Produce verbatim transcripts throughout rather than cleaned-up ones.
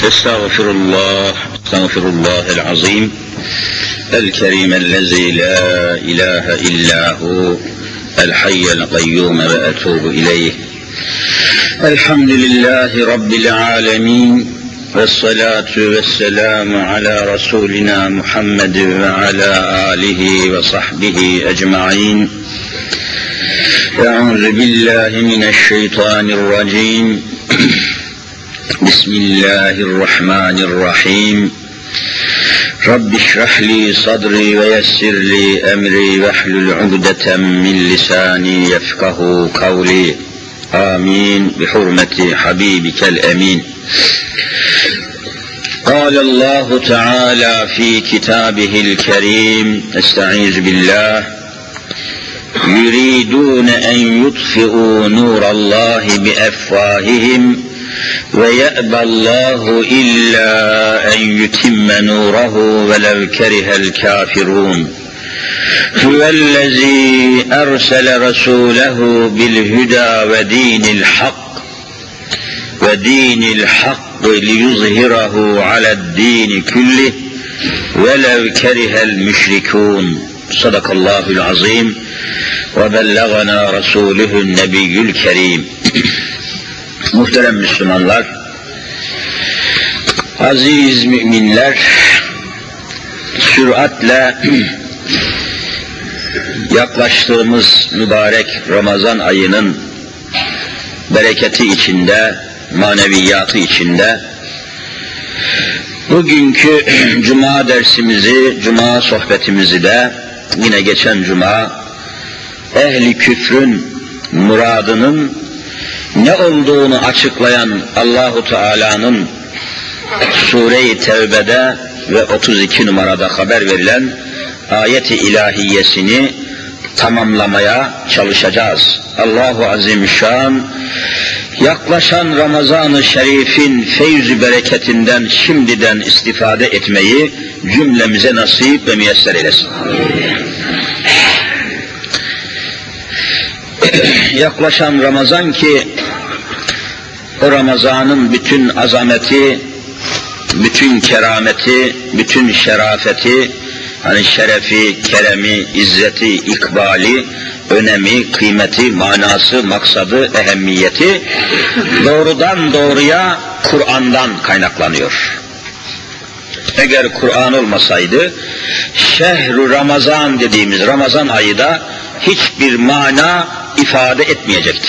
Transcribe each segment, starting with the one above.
استغفر الله استغفر الله العظيم الكريم الذي لا إله إلا هو الحي القيوم وأتوب إليه. الحمد لله رب العالمين والصلاة والسلام على رسولنا محمد وعلى آله وصحبه أجمعين. أعوذ بالله من الشيطان الرجيم. بسم الله الرحمن الرحيم. رب اشرح لي صدري ويسر لي أمري واحلل عقدة من لساني يفقه قولي. آمين بحرمة حبيبك الأمين. قال الله تعالى في كتابه الكريم استعيذ بالله: يريدون أن يطفئوا نور الله بأفواههم ويأبى الله إلا أن يتم نوره ولو كره الكافرون. هو الذي أرسل رسوله بالهدى ودين الحق ودين الحق ليظهره على الدين كله ولو كره المشركون. صدق الله العظيم وبلغنا رسوله النبي الكريم. Muhterem Müslümanlar, aziz müminler, süratle yaklaştığımız mübarek Ramazan ayının bereketi içinde, maneviyatı içinde bugünkü Cuma dersimizi, Cuma sohbetimizi de yine geçen Cuma ehli küfrün muradının ne olduğunu açıklayan Allahu Teala'nın Sure-i Tevbe'de ve otuz iki numarada haber verilen ayet-i ilahiyesini tamamlamaya çalışacağız. Allahu Azimüşşan yaklaşan Ramazan-ı Şerif'in feyz-i bereketinden şimdiden istifade etmeyi cümlemize nasip ve müyesser eylesin. Yaklaşan Ramazan ki o Ramazan'ın bütün azameti, bütün kerameti, bütün şerafeti, hani şerefi, keremi, izzeti, ikbali, önemi, kıymeti, manası, maksadı, ehemmiyeti doğrudan doğruya Kur'an'dan kaynaklanıyor. Eğer Kur'an olmasaydı şehru Ramazan dediğimiz Ramazan ayı da hiçbir mana ifade etmeyecekti.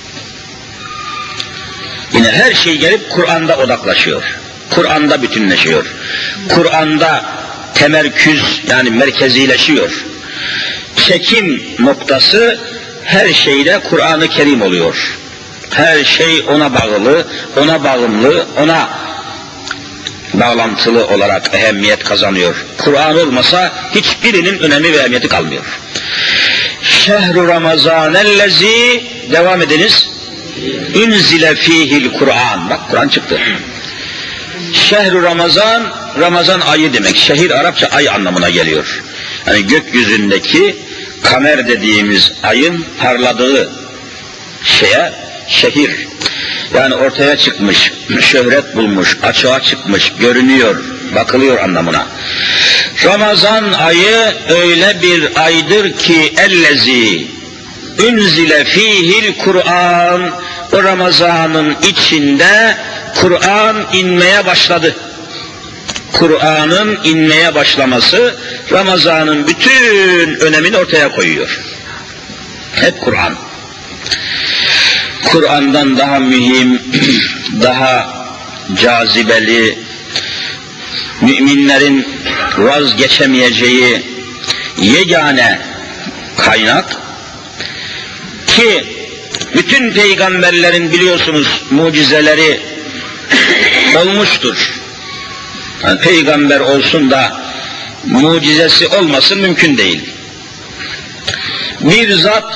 Yine her şey gelip Kur'an'da odaklaşıyor. Kur'an'da bütünleşiyor. Kur'an'da temerküz yani merkezileşiyor. Çekim noktası her şeyde Kur'an-ı Kerim oluyor. Her şey ona bağlı, ona bağımlı, ona bağlantılı olarak ehemmiyet kazanıyor. Kur'an olmasa hiçbirinin önemi ve ehemmiyeti kalmıyor. Şehru Ramazanellezi, devam ediniz. Ünzile fihil Kur'an. Bak Kur'an çıktı. Şehru Ramazan, Ramazan ayı demek. Şehir Arapça ay anlamına geliyor. Yani gökyüzündeki kamer dediğimiz ayın parladığı şeye şehir. Yani ortaya çıkmış, şöhret bulmuş, açığa çıkmış, görünüyor, bakılıyor anlamına. Ramazan ayı öyle bir aydır ki ellezi ünzile fihil Kur'an, o Ramazan'ın içinde Kur'an inmeye başladı. Kur'an'ın inmeye başlaması Ramazan'ın bütün önemini ortaya koyuyor. Hep Kur'an. Kur'an'dan daha mühim, daha cazibeli, müminlerin vazgeçemeyeceği yegane kaynak ki bütün peygamberlerin biliyorsunuz mucizeleri olmuştur. Yani peygamber olsun da mucizesi olması mümkün değil. Bir zat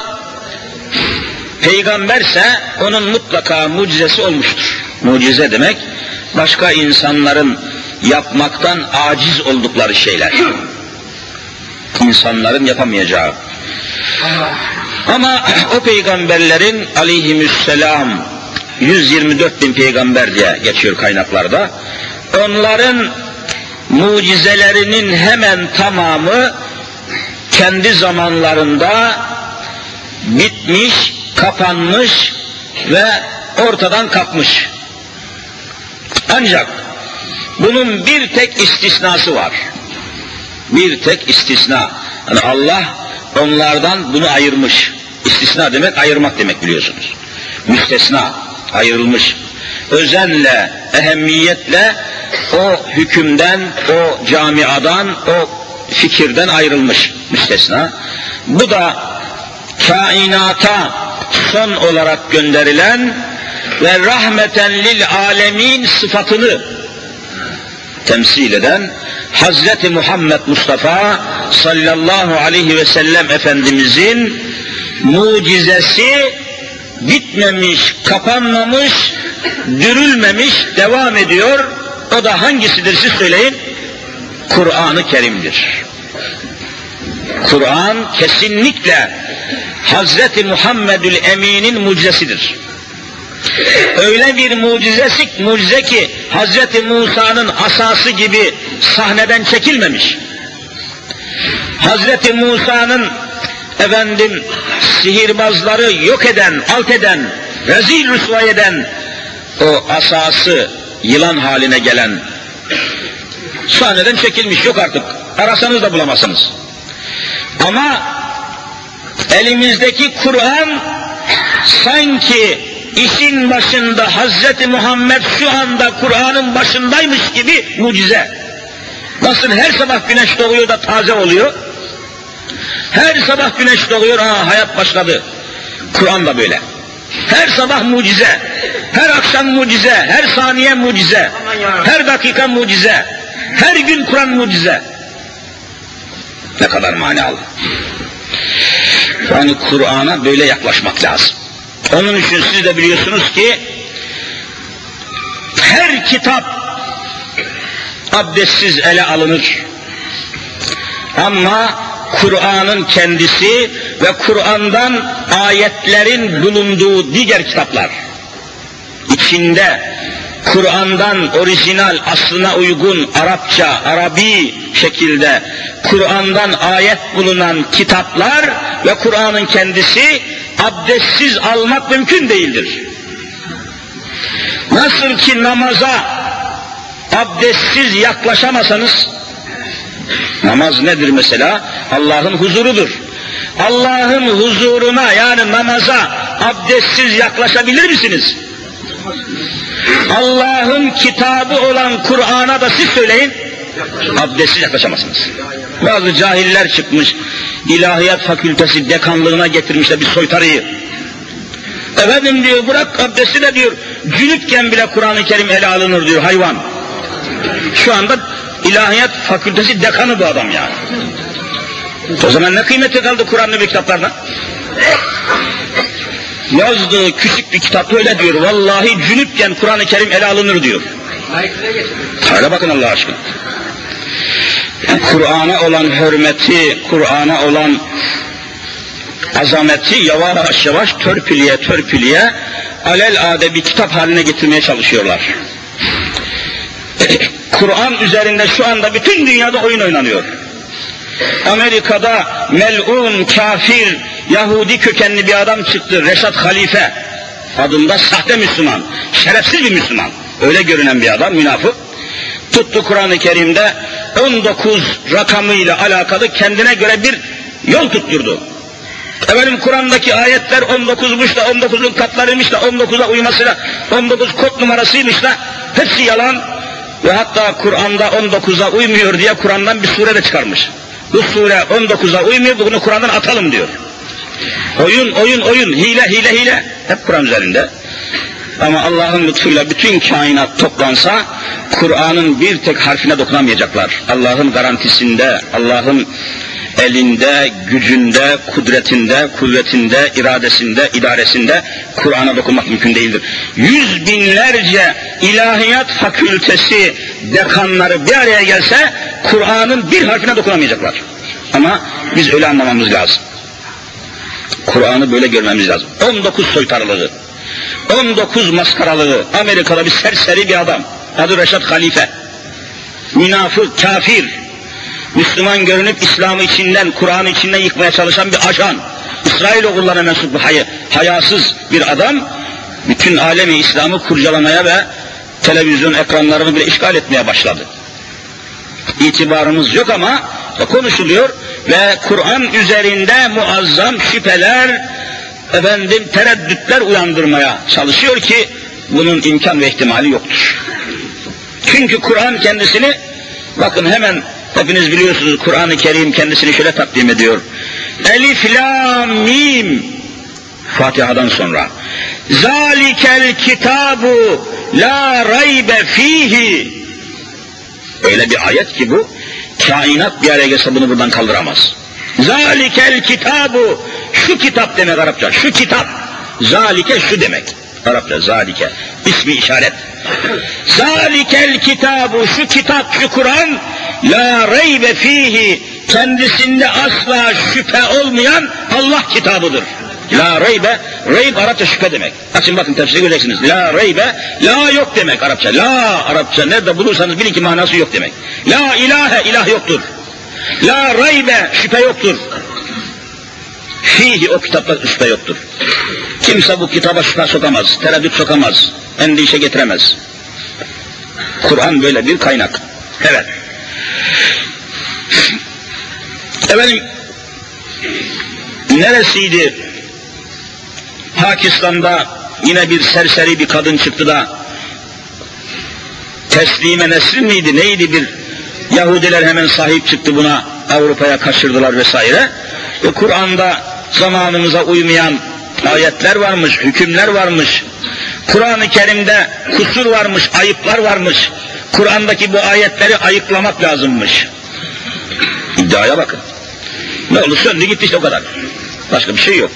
peygamberse onun mutlaka mucizesi olmuştur. Mucize demek başka insanların yapmaktan aciz oldukları şeyler. İnsanların yapamayacağı. Ama o peygamberlerin aleyhisselam yüz yirmi dört bin peygamber diye geçiyor kaynaklarda. Onların mucizelerinin hemen tamamı kendi zamanlarında bitmiş, kapanmış ve ortadan kalkmış. Ancak bunun bir tek istisnası var. Bir tek istisna. Yani Allah onlardan bunu ayırmış. İstisna demek ayırmak demek biliyorsunuz. Müstesna, ayrılmış. Özenle, ehemmiyetle o hükümden, o camiadan, o fikirden ayrılmış müstesna. Bu da kainata son olarak gönderilen ve rahmeten lil alemin sıfatını temsil eden Hazreti Muhammed Mustafa sallallahu aleyhi ve sellem Efendimizin mucizesi bitmemiş, kapanmamış, dürülmemiş, devam ediyor. O da hangisidir siz söyleyin? Kur'an-ı Kerim'dir. Kur'an kesinlikle Hazreti Muhammedül Emin'in mucizesidir. Öyle bir mucizesi, mucize ki Hazreti Musa'nın asası gibi sahneden çekilmemiş. Hazreti Musa'nın efendim sihirbazları yok eden, alt eden, rezil rüsvay eden o asası yılan haline gelen sahneden çekilmiş, yok artık. Arasanız da bulamazsınız. Ama elimizdeki Kur'an sanki işin başında Hazreti Muhammed şu anda Kur'an'ın başındaymış gibi mucize. Nasıl her sabah güneş doğuyor da taze oluyor? Her sabah güneş doğuyor, ha hayat başladı. Kur'an da böyle. Her sabah mucize, her akşam mucize, her saniye mucize, her dakika mucize, her gün Kur'an mucize. Ne kadar manalı. Yani Kur'an'a böyle yaklaşmak lazım. Onun için siz de biliyorsunuz ki her kitap abdestsiz ele alınır. Ama Kur'an'ın kendisi ve Kur'an'dan ayetlerin bulunduğu diğer kitaplar, içinde Kur'an'dan orijinal, aslına uygun Arapça, Arabi şekilde Kur'an'dan ayet bulunan kitaplar ve Kur'an'ın kendisi abdestsiz almak mümkün değildir. Nasıl ki namaza abdestsiz yaklaşamasanız, namaz nedir mesela? Allah'ın huzurudur. Allah'ın huzuruna yani namaza abdestsiz yaklaşabilir misiniz? Allah'ın kitabı olan Kur'an'a da siz söyleyin, abdestsiz yaklaşamazsınız. Bazı cahiller çıkmış, ilahiyat fakültesi dekanlığına getirmişler bir soytarıyı. Efendim diyor, bırak abdesti de diyor, cünüpken bile Kur'an-ı Kerim ele alınır diyor, hayvan. Şu anda ilahiyat fakültesi dekanı bu adam yani. O zaman ne kıymeti kaldı Kur'an'ın bir kitaplarına? Yazdığı küçük bir kitap öyle diyor, vallahi cünüpken Kur'an-ı Kerim ele alınır diyor. Hala bakın Allah aşkına. Kur'an'a olan hürmeti, Kur'an'a olan azameti yavaş yavaş törpüleye törpüleye alelade bir kitap haline getirmeye çalışıyorlar. Kur'an üzerinde şu anda bütün dünyada oyun oynanıyor. Amerika'da mel'un, kafir, Yahudi kökenli bir adam çıktı, Reşat Halife adında, sahte Müslüman, şerefsiz bir Müslüman, öyle görünen bir adam, münafık. Tuttu Kur'an-ı Kerim'de on dokuz rakamıyla alakalı kendine göre bir yol tutturdu. Efendim Kur'an'daki ayetler on dokuzmuş da, on dokuzun katlarıymış da, on dokuza uymasıyla, on dokuz kod numarasıymış da, hepsi yalan. Ve hatta Kur'an'da on dokuza uymuyor diye Kur'an'dan bir sure de çıkarmış. Bu sure on dokuza uymuyor, bunu Kur'an'dan atalım diyor. Oyun, oyun, oyun, hile, hile, hile. Hep Kur'an üzerinde. Ama Allah'ın lütfuyla bütün kainat toplansa, Kur'an'ın bir tek harfine dokunamayacaklar. Allah'ın garantisinde, Allah'ın elinde, gücünde, kudretinde, kuvvetinde, iradesinde, idaresinde Kur'an'a dokunmak mümkün değildir. Yüz binlerce ilahiyat fakültesi dekanları bir araya gelse, Kur'an'ın bir harfine dokunamayacaklar. Ama biz öyle anlamamız lazım. Kur'an'ı böyle görmemiz lazım. on dokuz soytarılığı, on dokuz maskaralığı, Amerika'da bir serseri bir adam, adı Reşat Halife, münafık, kafir, Müslüman görünüp İslam'ı içinden, Kur'an'ı içinden yıkmaya çalışan bir ajan, İsrailoğullarına mensup bir hay hayasız bir adam, bütün alemi İslam'ı kurcalamaya ve televizyon ekranlarını bile işgal etmeye başladı. İtibarımız yok ama konuşuluyor ve Kur'an üzerinde muazzam şüpheler, efendim tereddütler uyandırmaya çalışıyor ki bunun imkan ve ihtimali yoktur. Çünkü Kur'an kendisini, bakın hemen hepiniz biliyorsunuz, Kur'an-ı Kerim kendisini şöyle takdim ediyor. Elif, lam, mim, Fatiha'dan sonra. Zalikel kitabu la raybe fihi. Öyle bir ayet ki bu, kainat bir araya gelse bunu buradan kaldıramaz. Zalikel kitabu, şu kitap demek Arapça, şu kitap. Zalike şu demek. Arapça zalike, ismi işaret. Zalikel kitabu, şu kitap, şu Kur'an, la reybe fihi, kendisinde asla şüphe olmayan Allah kitabıdır. La reybe, reyb Arapça şüphe demek. Açın bakın tefsiri göreceksiniz. La reybe, la yok demek Arapça. La Arapça nerede bulursanız bilin ki manası yok demek. La ilahe, ilah yoktur. La reybe, şüphe yoktur. Fihi, o kitapta şüphe yoktur. Kimse bu kitaba şüphe sokamaz, tereddüt sokamaz, endişe getiremez. Kur'an böyle bir kaynak. Evet. Efendim, neresiydi? Pakistan'da yine bir serseri bir kadın çıktı da, Teslime Nesrin miydi, neydi, bir Yahudiler hemen sahip çıktı buna, Avrupa'ya kaçırdılar vesaire. E, Kur'an'da zamanımıza uymayan ayetler varmış, hükümler varmış. Kur'an-ı Kerim'de kusur varmış, ayıplar varmış. Kur'an'daki bu ayetleri ayıklamak lazımmış. İddiaya bakın. Ne oldu, söndü gitti işte, o kadar. Başka bir şey yok.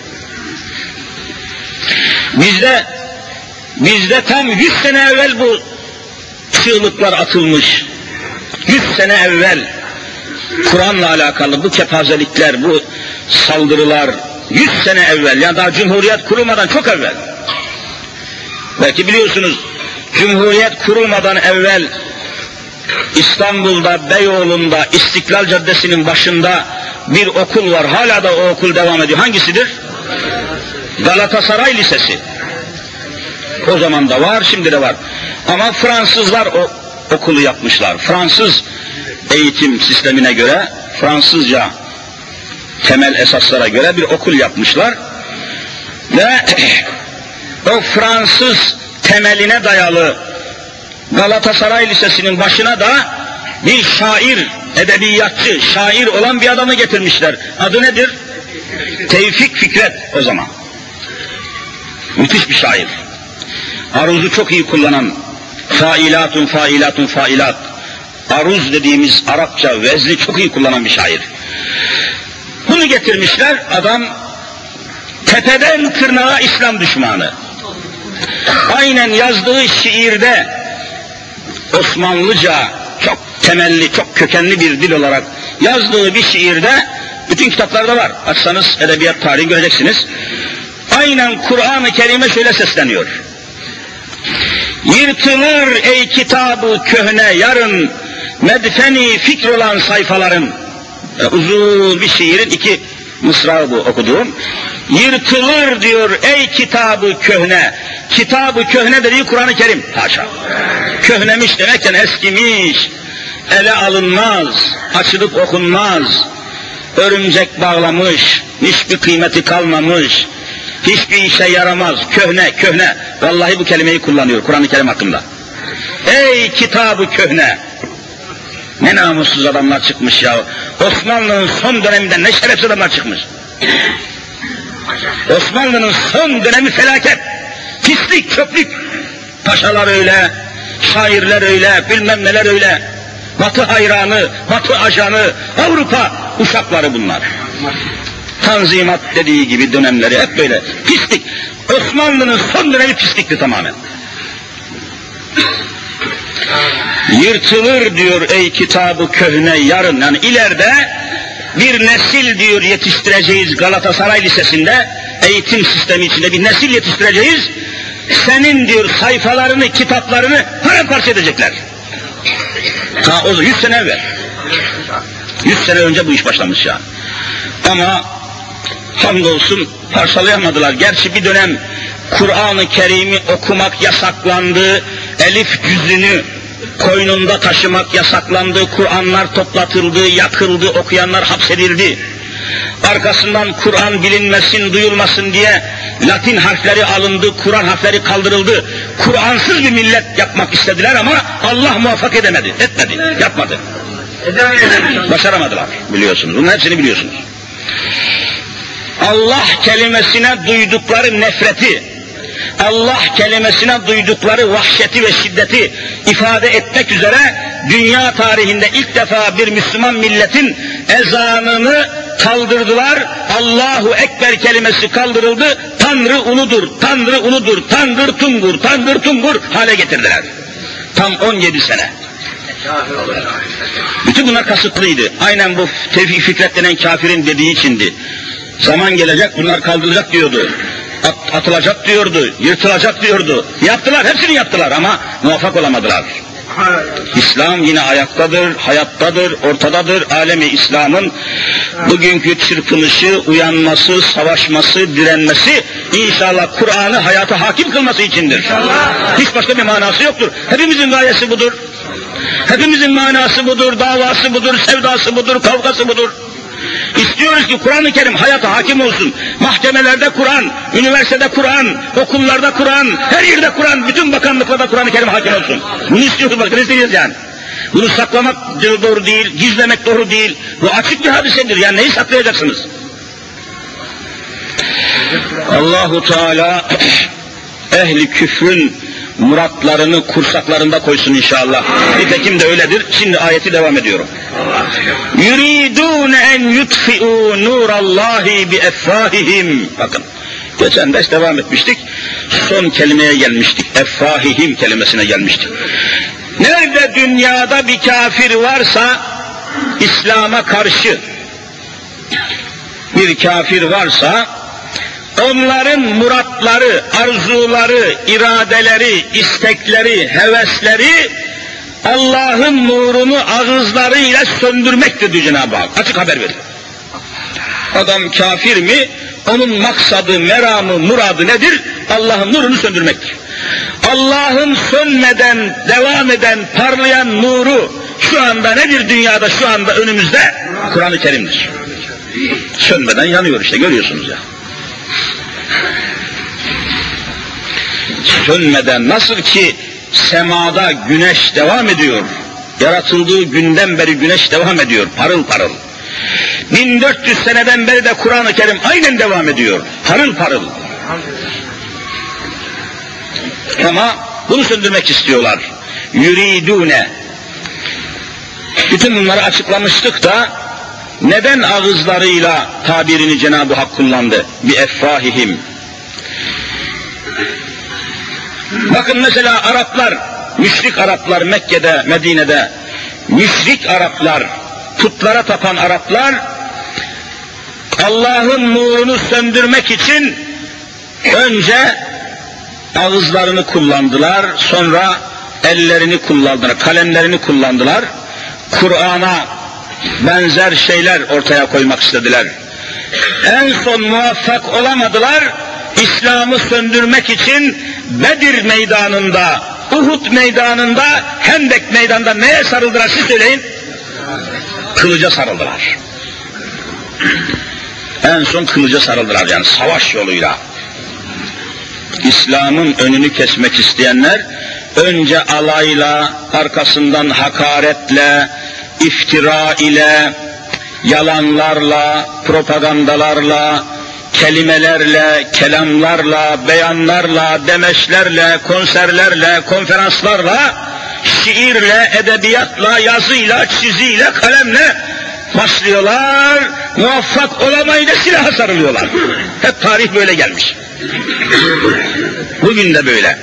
Bizde bizde tam yüz sene evvel bu çığlıklar atılmış. Yüz sene evvel Kur'an'la alakalı bu kepazelikler, bu saldırılar yüz sene evvel, yani daha Cumhuriyet kurulmadan çok evvel. Belki biliyorsunuz, Cumhuriyet kurulmadan evvel İstanbul'da, Beyoğlu'nda, İstiklal Caddesi'nin başında bir okul var. Hala da o okul devam ediyor. Hangisidir? Galatasaray Lisesi. O zaman da var, şimdi de var. Ama Fransızlar o okulu yapmışlar. Fransız eğitim sistemine göre, Fransızca temel esaslara göre bir okul yapmışlar. Ve o Fransız temeline dayalı Galatasaray Lisesi'nin başına da bir şair, edebiyatçı, şair olan bir adamı getirmişler. Adı nedir? Tevfik Fikret o zaman. Müthiş bir şair. Aruzu çok iyi kullanan, failatun failatun failat, aruz dediğimiz Arapça vezni çok iyi kullanan bir şair. Bunu getirmişler, adam tepeden tırnağa İslam düşmanı. Aynen yazdığı şiirde Osmanlıca çok temelli, çok kökenli bir dil olarak yazdığı bir şiirde, bütün kitaplarda var. Açsanız edebiyat tarihi göreceksiniz. Aynen Kur'an-ı Kerim'e şöyle sesleniyor. Yırtılır ey kitabı köhne yarın, medfeni fikr olan sayfaların. Yani uzun bir şiirin iki mısrağı bu okuduğum. Yırtılır diyor ey kitabı köhne. Kitabı köhne dediği Kur'an-ı Kerim. Haşa. Köhnemiş demekken eskimiş, ele alınmaz, açılıp okunmaz, örümcek bağlamış, hiçbir kıymeti kalmamış, hiçbir işe yaramaz, köhne, köhne. Vallahi bu kelimeyi kullanıyor Kur'an-ı Kerim hakkında. Ey kitabı köhne! Ne namussuz adamlar çıkmış ya. Osmanlı'nın son döneminde ne şerefsiz adamlar çıkmış. Osmanlı'nın son dönemi felaket. Pislik, çöplük. Paşalar öyle, şairler öyle, bilmem neler öyle. Batı hayranı, Batı ajanı, Avrupa uşakları bunlar. Tanzimat dediği gibi dönemleri hep böyle. Pislik. Osmanlı'nın son dönemi pislikti tamamen. Yırtılır diyor ey kitabı köhne yarın, yani ileride bir nesil diyor yetiştireceğiz Galatasaray Lisesi'nde, eğitim sistemi içinde bir nesil yetiştireceğiz. senin diyor sayfalarını, kitaplarını paramparça edecekler. Ta o yüz sene evvel. Yüz sene önce bu iş başlamış yani. Ama hamdolsun parçalayamadılar. Gerçi bir dönem Kur'an-ı Kerim'i okumak yasaklandı, elif cüzünü koynunda taşımak yasaklandı, Kur'anlar toplatıldı, yakıldı, okuyanlar hapsedildi. Arkasından Kur'an bilinmesin, duyulmasın diye Latin harfleri alındı, Kur'an harfleri kaldırıldı. Kur'ansız bir millet yapmak istediler ama Allah muvaffak edemedi, etmedi, yapmadı. Başaramadılar, biliyorsunuz. Bunun hepsini biliyorsunuz. Allah kelimesine duydukları nefreti, Allah kelimesine duydukları vahşeti ve şiddeti ifade etmek üzere dünya tarihinde ilk defa bir Müslüman milletin ezanını kaldırdılar. Allahu Ekber kelimesi kaldırıldı. Tanrı uludur, Tanrı uludur, Tanrı tungur, Tanrı tungur hale getirdiler. Tam on yedi sene. Bütün bunlar kasıtlıydı. Aynen bu Tevfik Fikret denen kafirin dediği içindi. Zaman gelecek bunlar kaldırılacak diyordu. At, atılacak diyordu, yırtılacak diyordu. Yaptılar, hepsini yaptılar ama muvaffak olamadılar. İslam yine ayaktadır, hayattadır, ortadadır. Alemi İslam'ın bugünkü çırpınışı, uyanması, savaşması, direnmesi inşallah Kur'an'ı hayata hakim kılması içindir. Hiç başka bir manası yoktur. Hepimizin gayesi budur. Hepimizin manası budur, davası budur, sevdası budur, kavgası budur. İstiyoruz ki Kur'an-ı Kerim hayata hakim olsun. Mahkemelerde Kur'an, üniversitede Kur'an, okullarda Kur'an, her yerde Kur'an, bütün bakanlıklarda Kur'an-ı Kerim hakim olsun. Bunu istiyoruz, bakın istiyoruz yani. Bunu saklamak doğru değil, gizlemek doğru değil. Bu açık bir hadisedir, yani neyi saklayacaksınız? Allahu Teala ehli küfrün muratlarını kursaklarında koysun inşallah. Nitekim de öyledir. Şimdi ayeti devam ediyorum. Yuridun en yutfi'u nurallahi bi effahihim. Bakın. Geçen ders devam etmiştik. Son kelimeye gelmiştik. Effahihim kelimesine gelmiştik. Nerede dünyada bir kafir varsa İslam'a karşı bir kafir varsa onların muratları, arzuları, iradeleri, istekleri, hevesleri Allah'ın nurunu ağızlarıyla söndürmektir diyor Cenab-ı Hak. Açık haber verin. Adam kafir mi? Onun maksadı, meramı, muradı nedir? Allah'ın nurunu söndürmektir. Allah'ın sönmeden, devam eden, parlayan nuru şu anda nedir dünyada, şu anda önümüzde? Kur'an-ı Kerim'dir. Sönmeden yanıyor işte, görüyorsunuz ya. Sönmeden, nasıl ki semada güneş devam ediyor, yaratıldığı günden beri güneş devam ediyor, parıl parıl. bin dört yüz seneden beri de Kur'an-ı Kerim aynen devam ediyor, parıl parıl. Ama bunu söndürmek istiyorlar. Yuridune. Bütün bunları açıklamıştık da neden ağızlarıyla tabirini Cenab-ı Hak kullandı? Bi effahihim. Bakın mesela Araplar, müşrik Araplar Mekke'de, Medine'de, müşrik Araplar, putlara tapan Araplar, Allah'ın nurunu söndürmek için önce ağızlarını kullandılar, sonra ellerini kullandılar, kalemlerini kullandılar, Kur'an'a benzer şeyler ortaya koymak istediler. En son muvaffak olamadılar, İslam'ı söndürmek için Bedir meydanında, Uhud meydanında, Hendek meydanında neye sarıldılar siz söyleyin? Kılıca sarıldılar. En son kılıca sarıldılar, yani savaş yoluyla. İslam'ın önünü kesmek isteyenler önce alayla, arkasından hakaretle, iftira ile, yalanlarla, propagandalarla, kelimelerle, kelamlarla, beyanlarla, demeçlerle, konserlerle, konferanslarla, şiirle, edebiyatla, yazıyla, çiziyle, kalemle başlıyorlar, muvaffak olamayınca silaha sarılıyorlar. Hep tarih böyle gelmiş. Bugün de böyle.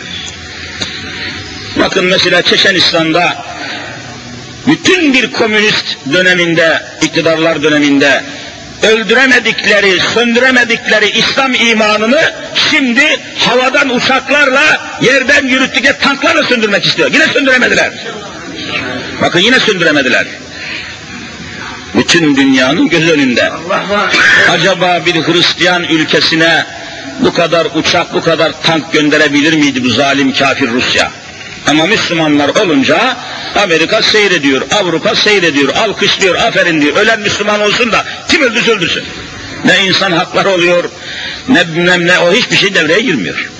Bakın mesela Çeçenistan'da bütün bir komünist döneminde, iktidarlar döneminde öldüremedikleri, söndüremedikleri İslam imanını şimdi havadan uçaklarla, yerden yürüttükleri tanklarla söndürmek istiyor. Yine söndüremediler. Bakın yine söndüremediler. Bütün dünyanın göz önünde. Acaba bir Hristiyan ülkesine bu kadar uçak, bu kadar tank gönderebilir miydi bu zalim kafir Rusya? Ama Müslümanlar olunca Amerika seyrediyor, Avrupa seyrediyor, alkışlıyor, aferin diyor. Ölen Müslüman olsun da kim öldürse öldürsün. Ne insan hakları oluyor, ne bilmem ne, o hiçbir şey devreye girmiyor.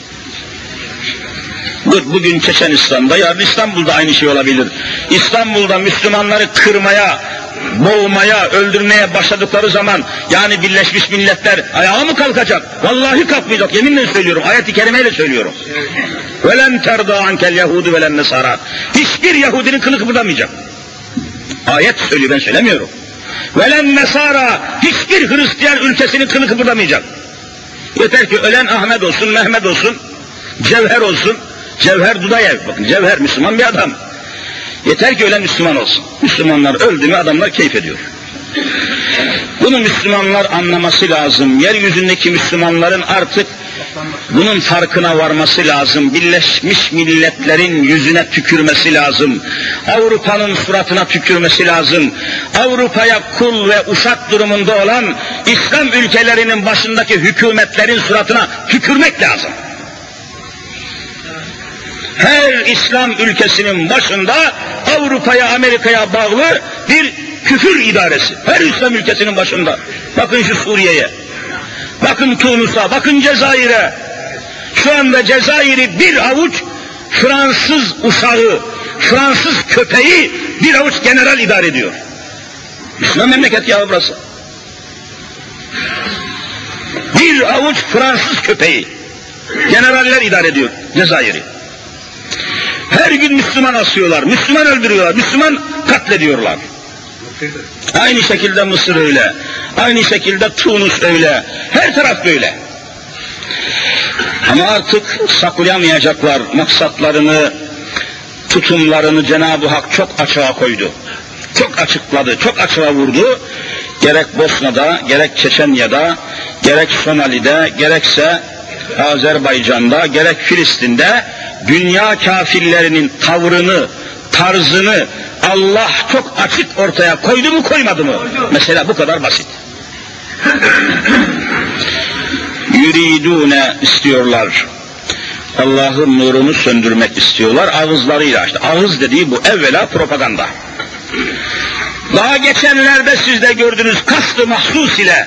Bugün Çeçenistan'da, yarın İstanbul'da aynı şey olabilir. İstanbul'da Müslümanları kırmaya, boğmaya, öldürmeye başladıkları zaman, yani Birleşmiş Milletler ayağa mı kalkacak? Vallahi kalkmayacak, yeminle söylüyorum, ayet-i kerimeyle söylüyorum. وَلَنْ تَرْضَى عَنْكَ الْيَهُودُ وَلَنْ نَصَارَى. Hiçbir Yahudinin kılı kıpırdamayacak. Ayet söylüyor, ben söylemiyorum. وَلَنْ نَصَارَى. Hiçbir Hristiyan ülkesinin kılı kıpırdamayacak. Yeter ki ölen Ahmet olsun, Mehmet olsun, Cevher olsun, Cevher Dudayev, bakın Cevher Müslüman bir adam. Yeter ki ölen Müslüman olsun. Müslümanlar öldü mü adamlar keyif ediyor. Bunu Müslümanlar anlaması lazım. Yeryüzündeki Müslümanların artık bunun farkına varması lazım. Birleşmiş Milletler'in yüzüne tükürmesi lazım. Avrupa'nın suratına tükürmesi lazım. Avrupa'ya kul ve uşak durumunda olan İslam ülkelerinin başındaki hükümetlerin suratına tükürmek lazım. Her İslam ülkesinin başında Avrupa'ya, Amerika'ya bağlı bir küfür idaresi. Her İslam ülkesinin başında. Bakın şu Suriye'ye, bakın Tunus'a, bakın Cezayir'e. Şu anda Cezayir'i bir avuç Fransız uşağı, Fransız köpeği bir avuç general idare ediyor. İslam memleket ya burası. Bir avuç Fransız köpeği, generaller idare ediyor Cezayir'i. Her gün Müslüman asıyorlar, Müslüman öldürüyorlar, Müslüman katlediyorlar. Aynı şekilde Mısır öyle, aynı şekilde Tunus öyle, her taraf böyle. Ama artık saklayamayacaklar maksatlarını, tutumlarını Cenab-ı Hak çok açığa koydu. Çok açıkladı, çok açığa vurdu. Gerek Bosna'da, gerek Çeçenya'da, gerek Somali'de, gerekse Azerbaycan'da, gerek Filistin'de dünya kafirlerinin tavrını, tarzını Allah çok açık ortaya koydu mu koymadı mı? Mesela bu kadar basit. Yuridune istiyorlar. Allah'ın nurunu söndürmek istiyorlar ağızlarıyla. İşte ağız dediği bu, evvela propaganda. Daha geçenlerde siz de gördünüz, kast-ı mahsus ile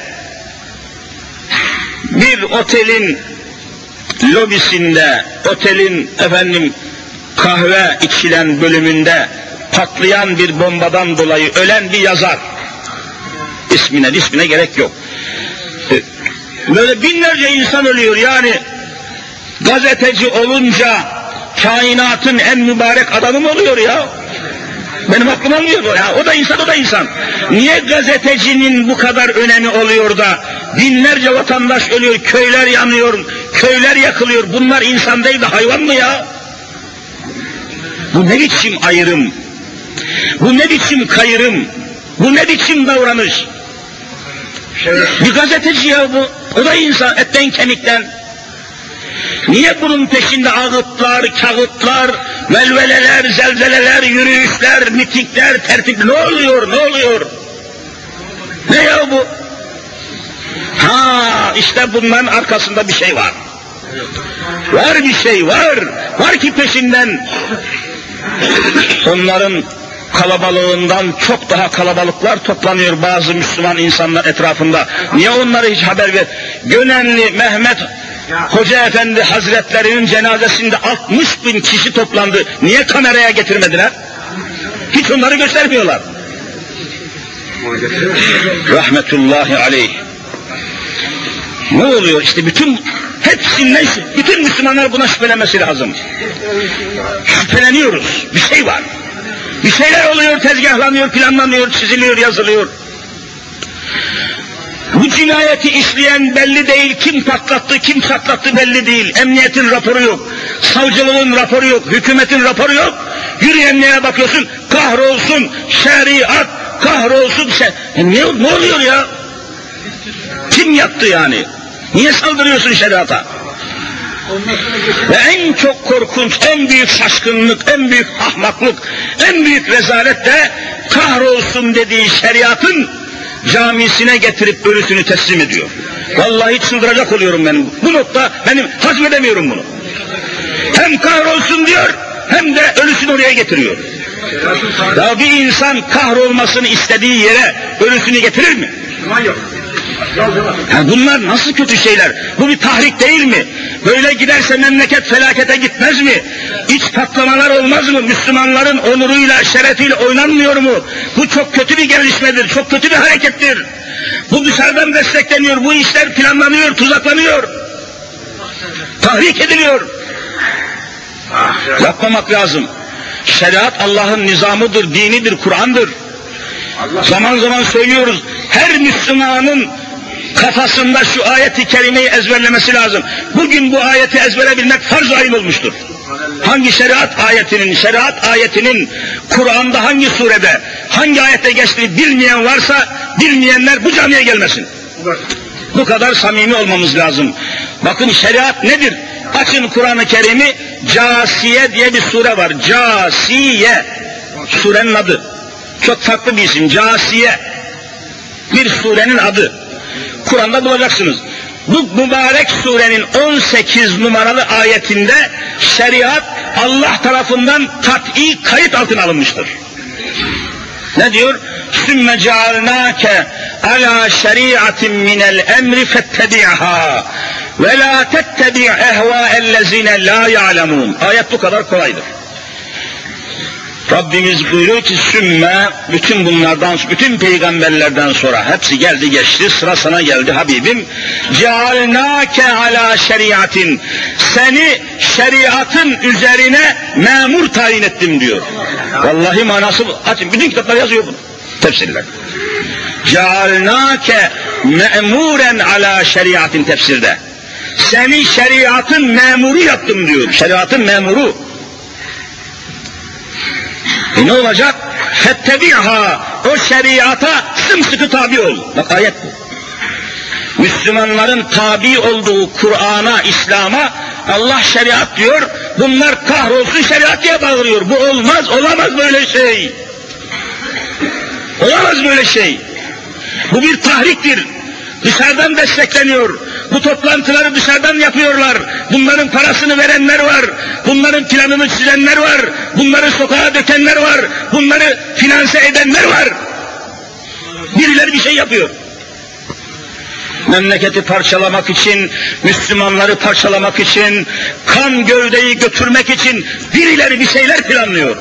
bir otelin lobisinde, otelin efendim kahve içilen bölümünde patlayan bir bombadan dolayı ölen bir yazar. İsmine, ismine gerek yok. Böyle binlerce insan ölüyor, yani gazeteci olunca kainatın en mübarek adamı mı oluyor ya? Benim aklım almıyor ya. O da insan, o da insan. Niye gazetecinin bu kadar önemi oluyor da binlerce vatandaş ölüyor, köyler yanıyor, köyler yakılıyor. Bunlar insan değil de hayvan mı ya? Bu ne biçim ayrım? Bu ne biçim kayırım? Bu ne biçim davranış? Bir gazeteci ya bu. O da insan, etten kemikten. Niye bunun peşinde ağıtlar, kağıtlar, velveleler, zelzeleler, yürüyüşler, mitingler, tertip, ne oluyor, ne oluyor? Ne ya bu? Ha, işte bunların arkasında bir şey var. Var bir şey var, var ki peşinden onların kalabalığından çok daha kalabalıklar toplanıyor bazı Müslüman insanlar etrafında. Niye onları hiç haber ver? Gönenli Mehmet Hoca Efendi Hazretlerinin cenazesinde altmış bin kişi toplandı. Niye kameraya getirmediler? Hiç onları göstermiyorlar. Rahmetullahi aleyh. Ne oluyor işte, bütün hepsinden, bütün Müslümanlar buna şüphelenmesi lazım. Şüpheleniyoruz, bir şey var. Bir şeyler oluyor, tezgahlanıyor, planlanıyor, çiziliyor, yazılıyor. Bu cinayeti işleyen belli değil, kim patlattı, kim çatlattı belli değil. Emniyetin raporu yok, savcılığın raporu yok, hükümetin raporu yok. Yürüyenlere bakıyorsun, kahrolsun şeriat, kahrolsun şey. E ne, ne oluyor ya? Kim yaptı yani? Niye saldırıyorsun şeriata? Ve en çok korkunç, en büyük şaşkınlık, en büyük ahmaklık, en büyük rezalet de kahrolsun dediği şeriatın camisine getirip ölüsünü teslim ediyor. Vallahi çıldıracak oluyorum benim. Bu nokta benim hazmedemiyorum bunu. Hem kahrolsun diyor, hem de ölüsünü oraya getiriyor. Ya bir insan kahrolmasını istediği yere ölüsünü getirir mi? Yani bunlar nasıl kötü şeyler? Bu bir tahrik değil mi? Böyle giderse memleket felakete gitmez mi? İç patlamalar olmaz mı? Müslümanların onuruyla, şerefiyle oynanmıyor mu? Bu çok kötü bir gelişmedir, çok kötü bir harekettir. Bu dışarıdan destekleniyor, bu işler planlanıyor, tuzaklanıyor. Tahrik ediliyor. Yapmamak lazım. Şeriat Allah'ın nizamıdır, dinidir, Kur'an'dır. Zaman zaman söylüyoruz, her Müslümanın kafasında şu ayeti kerimeyi ezberlemesi lazım. Bugün bu ayeti ezbere bilmek farz-ı ayın olmuştur. Hangi şeriat ayetinin, şeriat ayetinin Kur'an'da hangi surede, hangi ayette geçtiğini bilmeyen varsa, bilmeyenler bu camiye gelmesin. Bu kadar samimi olmamız lazım. Bakın şeriat nedir? Açın Kur'an-ı Kerim'i, Câsiye diye bir sure var. Câsiye, surenin adı. Çok farklı bir isim, Câsiye. Bir surenin adı. Kur'an'da bulacaksınız. Bu mübarek surenin on sekiz numaralı ayetinde şeriat Allah tarafından kat'i kayıt altına alınmıştır. Ne diyor? Sümme cealnâke alâ şeriatin minel emri fettebi'hâ ve lâ tettebi' ehvâellezîne lâ ya'lemûn. Ayet bu kadar kolaydır. Rabbimiz buyuruyor ki sümme, bütün bunlardan, bütün peygamberlerden sonra hepsi geldi geçti, sıra sana geldi Habibim. Cealnâke alâ şeriatin, seni şeriatın üzerine memur tayin ettim diyor. Vallahi manası bu. Açın, bütün kitaplar yazıyor bunu. Tefsirler. Cealnâke me'mûren alâ şeriatin tefsirde. Seni şeriatın memuru yaptım diyor. Şeriatın memuru. E ne olacak? Fettebi'ha, o şeriata sımsıkı tabi ol. Bak ayet bu. Müslümanların tabi olduğu Kur'an'a, İslam'a Allah şeriat diyor, bunlar kahrolsun şeriat diye bağırıyor. Bu olmaz, olamaz böyle şey. Olamaz böyle şey. Bu bir tahriktir. Dışarıdan destekleniyor. Bu toplantıları dışarıdan yapıyorlar. Bunların parasını verenler var. Bunların planını çizenler var. Bunları sokağa dökenler var. Bunları finanse edenler var. Birileri bir şey yapıyor. Memleketi parçalamak için, Müslümanları parçalamak için, kan gövdeyi götürmek için birileri bir şeyler planlıyor.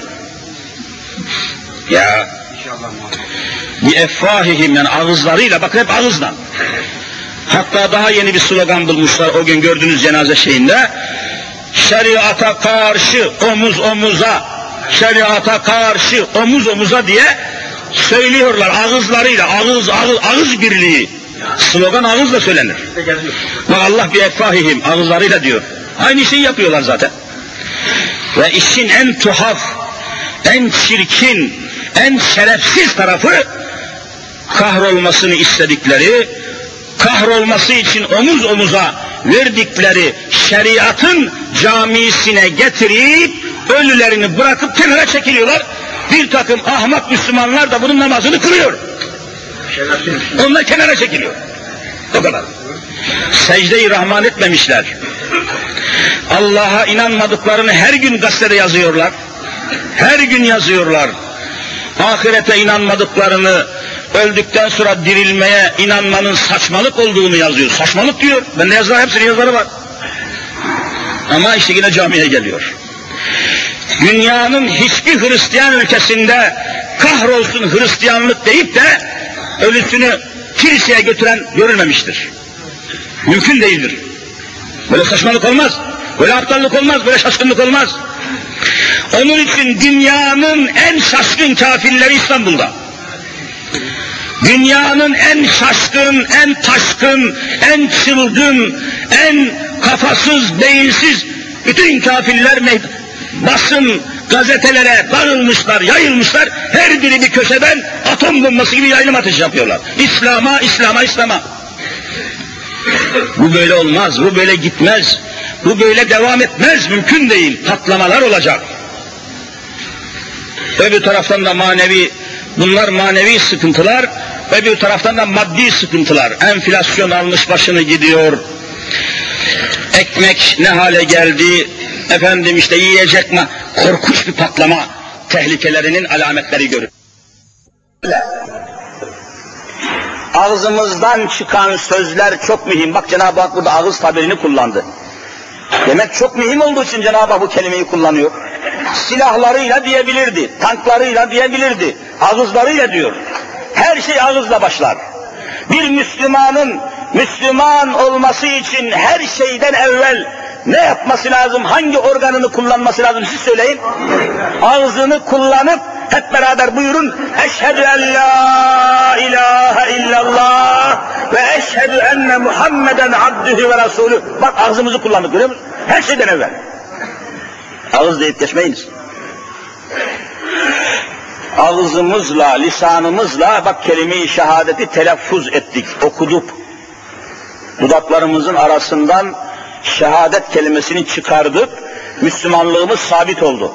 Ya bir effahihim, yani ağızlarıyla, bakın hep ağızdan. Hatta daha yeni bir slogan bulmuşlar o gün gördüğünüz cenaze şeyinde. Şeriata karşı omuz omuza, şeriata karşı omuz omuza diye söylüyorlar ağızlarıyla, ağız ağız, ağız birliği. Slogan ağızla söylenir. Bak Allah bir effahihim, ağızlarıyla diyor. Aynı şeyi yapıyorlar zaten. Ve işin en tuhaf, en çirkin, en şerefsiz tarafı, kahrolmasını istedikleri, kahrolması için omuz omuza verdikleri şeriatın camisine getirip ölülerini bırakıp kenara çekiliyorlar. Bir takım ahmak Müslümanlar da bunun namazını kılıyor. Onlar kenara çekiliyor. O kadar. Secde-i Rahman etmemişler. Allah'a inanmadıklarını her gün gazetede yazıyorlar. Her gün yazıyorlar. Ahirete inanmadıklarını, öldükten sonra dirilmeye inanmanın saçmalık olduğunu yazıyor. Saçmalık diyor. Bende yazılar, hepsinin yazıları var. Ama işte yine camiye geliyor. Dünyanın hiçbir Hristiyan ülkesinde kahrolsun Hristiyanlık deyip de ölüsünü kiliseye götüren görülmemiştir. Mümkün değildir. Böyle saçmalık olmaz. Böyle aptallık olmaz. Böyle şaşkınlık olmaz. Onun için dünyanın en şaşkın kafirleri İstanbul'da. Dünyanın en şaşkın, en taşkın, en çılgın, en kafasız, beyinsiz bütün kafirler basın, gazetelere dağılmışlar, yayılmışlar, her biri bir köşeden atom bombası gibi yayılım ateşi yapıyorlar. İslam'a, İslam'a, İslam'a. Bu böyle olmaz, bu böyle gitmez, bu böyle devam etmez, mümkün değil, patlamalar olacak. Öbür taraftan da manevi, bunlar manevi sıkıntılar, öbür taraftan da maddi sıkıntılar. Enflasyon almış başını gidiyor, ekmek ne hale geldi, efendim işte yiyecek mi, korkunç bir patlama tehlikelerinin alametleri görür. Ağzımızdan çıkan sözler çok mühim. Bak Cenab-ı Hak burada ağız tabirini kullandı. Demek çok mühim olduğu için Cenab-ı Hak bu kelimeyi kullanıyor. Silahlarıyla diyebilirdi, tanklarıyla diyebilirdi, ağızlarıyla diyor. Her şey ağızla başlar. Bir Müslümanın Müslüman olması için her şeyden evvel ne yapması lazım, hangi organını kullanması lazım siz söyleyin. Ağzını kullanıp hep beraber buyurun. Eşhedü en la ilahe illallah ve eşhedü enne Muhammeden abdühü ve rasulü. Bak ağzımızı kullandık, görüyor musun? Her şeyden evvel. Ağız deyip geçmeyiniz. Ağzımızla, lisanımızla bak kelime-i şehadeti telaffuz ettik, okuduk. Dudaklarımızın arasından şehadet kelimesini çıkardık, Müslümanlığımız sabit oldu.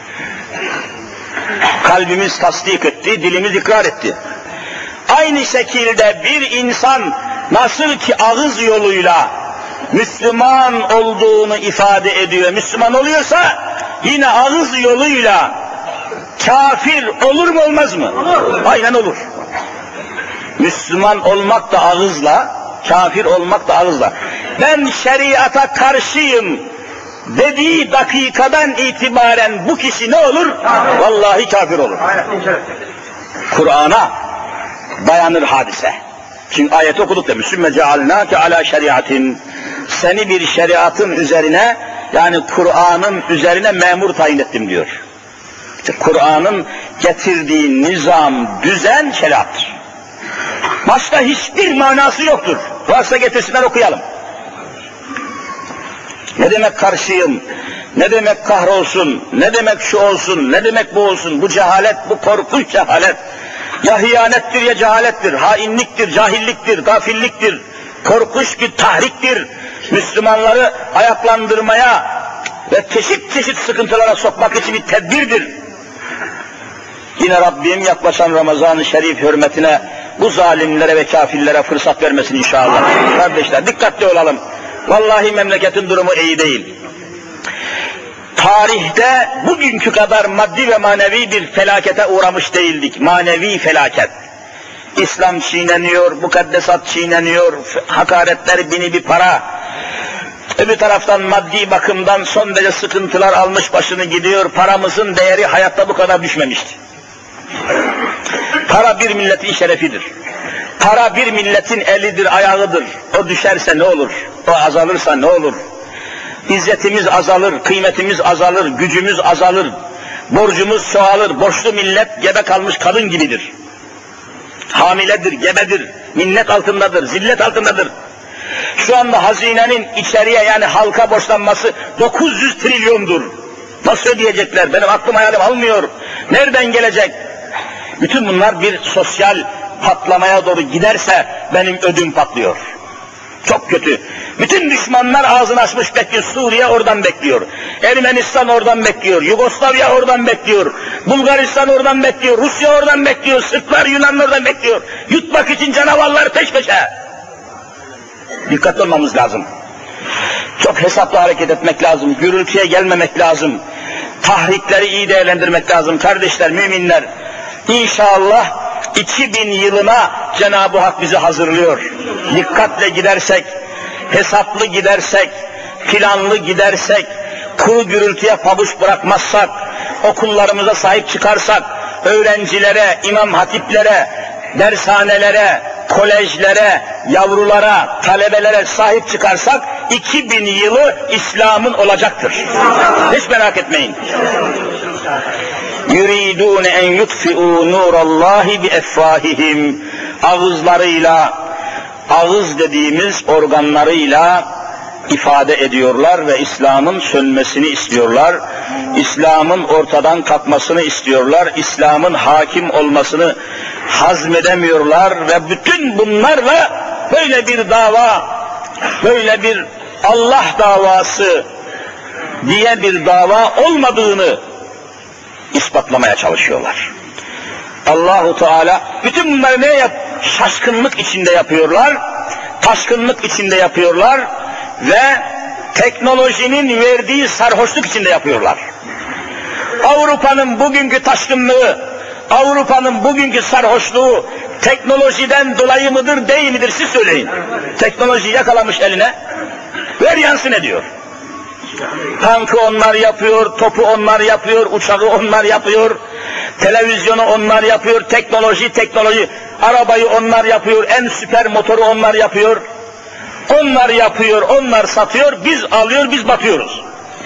Kalbimiz tasdik etti, dilimiz ikrar etti. Aynı şekilde bir insan nasıl ki ağız yoluyla Müslüman olduğunu ifade ediyor, Müslüman oluyorsa yine ağız yoluyla kafir olur mu olmaz mı? Olur. Aynen olur. Müslüman olmak da ağızla, kafir olmak da ağızla. Ben şeriata karşıyım dediği dakikadan itibaren bu kişi ne olur? Vallahi kafir olur. Kur'an'a dayanır hadise. Çünkü ayeti okuduk da Sümme cealnâke alâ şeriatin. Seni bir şeriatın üzerine, yani Kur'an'ın üzerine memur tayin ettim diyor. İşte Kur'an'ın getirdiği nizam, düzen şeriattır. Başka hiçbir manası yoktur. Varsa getirsinler okuyalım. Ne demek karşıyım, ne demek kahrolsun, ne demek şu olsun, ne demek bu olsun, bu cehalet, bu korkunç cehalet. Ya hiyanettir ya cehalettir, hainliktir, cahilliktir, gafilliktir, korkunç bir tahriktir. Müslümanları ayaklandırmaya ve çeşit çeşit sıkıntılara sokmak için bir tedbirdir. Yine Rabbim yaklaşan Ramazan-ı Şerif hürmetine bu zalimlere ve kafirlere fırsat vermesin inşallah. Kardeşler dikkatli olalım. Vallahi memleketin durumu iyi değil. Tarihte bugünkü kadar maddi ve manevi bir felakete uğramış değildik. Manevi felaket. İslam çiğneniyor, mukaddesat çiğneniyor, hakaretler bini bir para. Öbür taraftan maddi bakımdan son derece sıkıntılar almış başını gidiyor. Paramızın değeri hayatta bu kadar düşmemişti. Para bir milletin şerefidir. Para bir milletin elidir, ayağıdır. O düşerse ne olur? O azalırsa ne olur? İzzetimiz azalır, kıymetimiz azalır, gücümüz azalır, borcumuz çoğalır. Borçlu millet gebe kalmış kadın gibidir. Hamiledir, gebedir, minnet altındadır, zillet altındadır. Şu anda hazinenin içeriye, yani halka borçlanması dokuz yüz trilyondur. Nasıl ödeyecekler? Benim aklım hayalim almıyor. Nereden gelecek? Bütün bunlar bir sosyal patlamaya doğru giderse benim ödüm patlıyor. Çok kötü. Bütün düşmanlar ağzını açmış bekliyor. Suriye oradan bekliyor. Ermenistan oradan bekliyor. Yugoslavya oradan bekliyor. Bulgaristan oradan bekliyor. Rusya oradan bekliyor. Sırplar, Yunanlar oradan bekliyor. Yutmak için canavarlar peş peşe. Dikkatli olmamız lazım. Çok hesaplı hareket etmek lazım. Gürültüye gelmemek lazım. Tahrikleri iyi değerlendirmek lazım. Kardeşler, müminler, İnşallah iki bin yılına Cenab-ı Hak bizi hazırlıyor. Dikkatle gidersek, hesaplı gidersek, planlı gidersek, kuru gürültüye pabuç bırakmazsak, okullarımıza sahip çıkarsak, öğrencilere, imam hatiplere, dershanelere, kolejlere, yavrulara, talebelere sahip çıkarsak, iki bin yılı İslam'ın olacaktır. Hiç merak etmeyin. يُرِيدُونَ اَنْ يُطْفِئُوا نُورَ اللّٰهِ بِاَفْوَاهِهِمْ. Ağızlarıyla, ağız dediğimiz organlarıyla ifade ediyorlar ve İslam'ın sönmesini istiyorlar. İslam'ın ortadan kalkmasını istiyorlar. İslam'ın hakim olmasını hazmedemiyorlar ve bütün bunlarla böyle bir dava, böyle bir Allah davası diye bir dava olmadığını ispatlamaya çalışıyorlar. Allahu Teala bütün bunları ne yap? Şaşkınlık içinde yapıyorlar, taşkınlık içinde yapıyorlar ve teknolojinin verdiği sarhoşluk içinde yapıyorlar. Avrupa'nın bugünkü taşkınlığı, Avrupa'nın bugünkü sarhoşluğu teknolojiden dolayı mıdır, değil midir siz söyleyin. Teknoloji yakalamış eline, ver yansın ediyor. Tankı onlar yapıyor, topu onlar yapıyor, uçağı onlar yapıyor, televizyonu onlar yapıyor, teknoloji, teknoloji, arabayı onlar yapıyor, en süper motoru onlar yapıyor. Onlar yapıyor, onlar satıyor, biz alıyor, biz batıyoruz.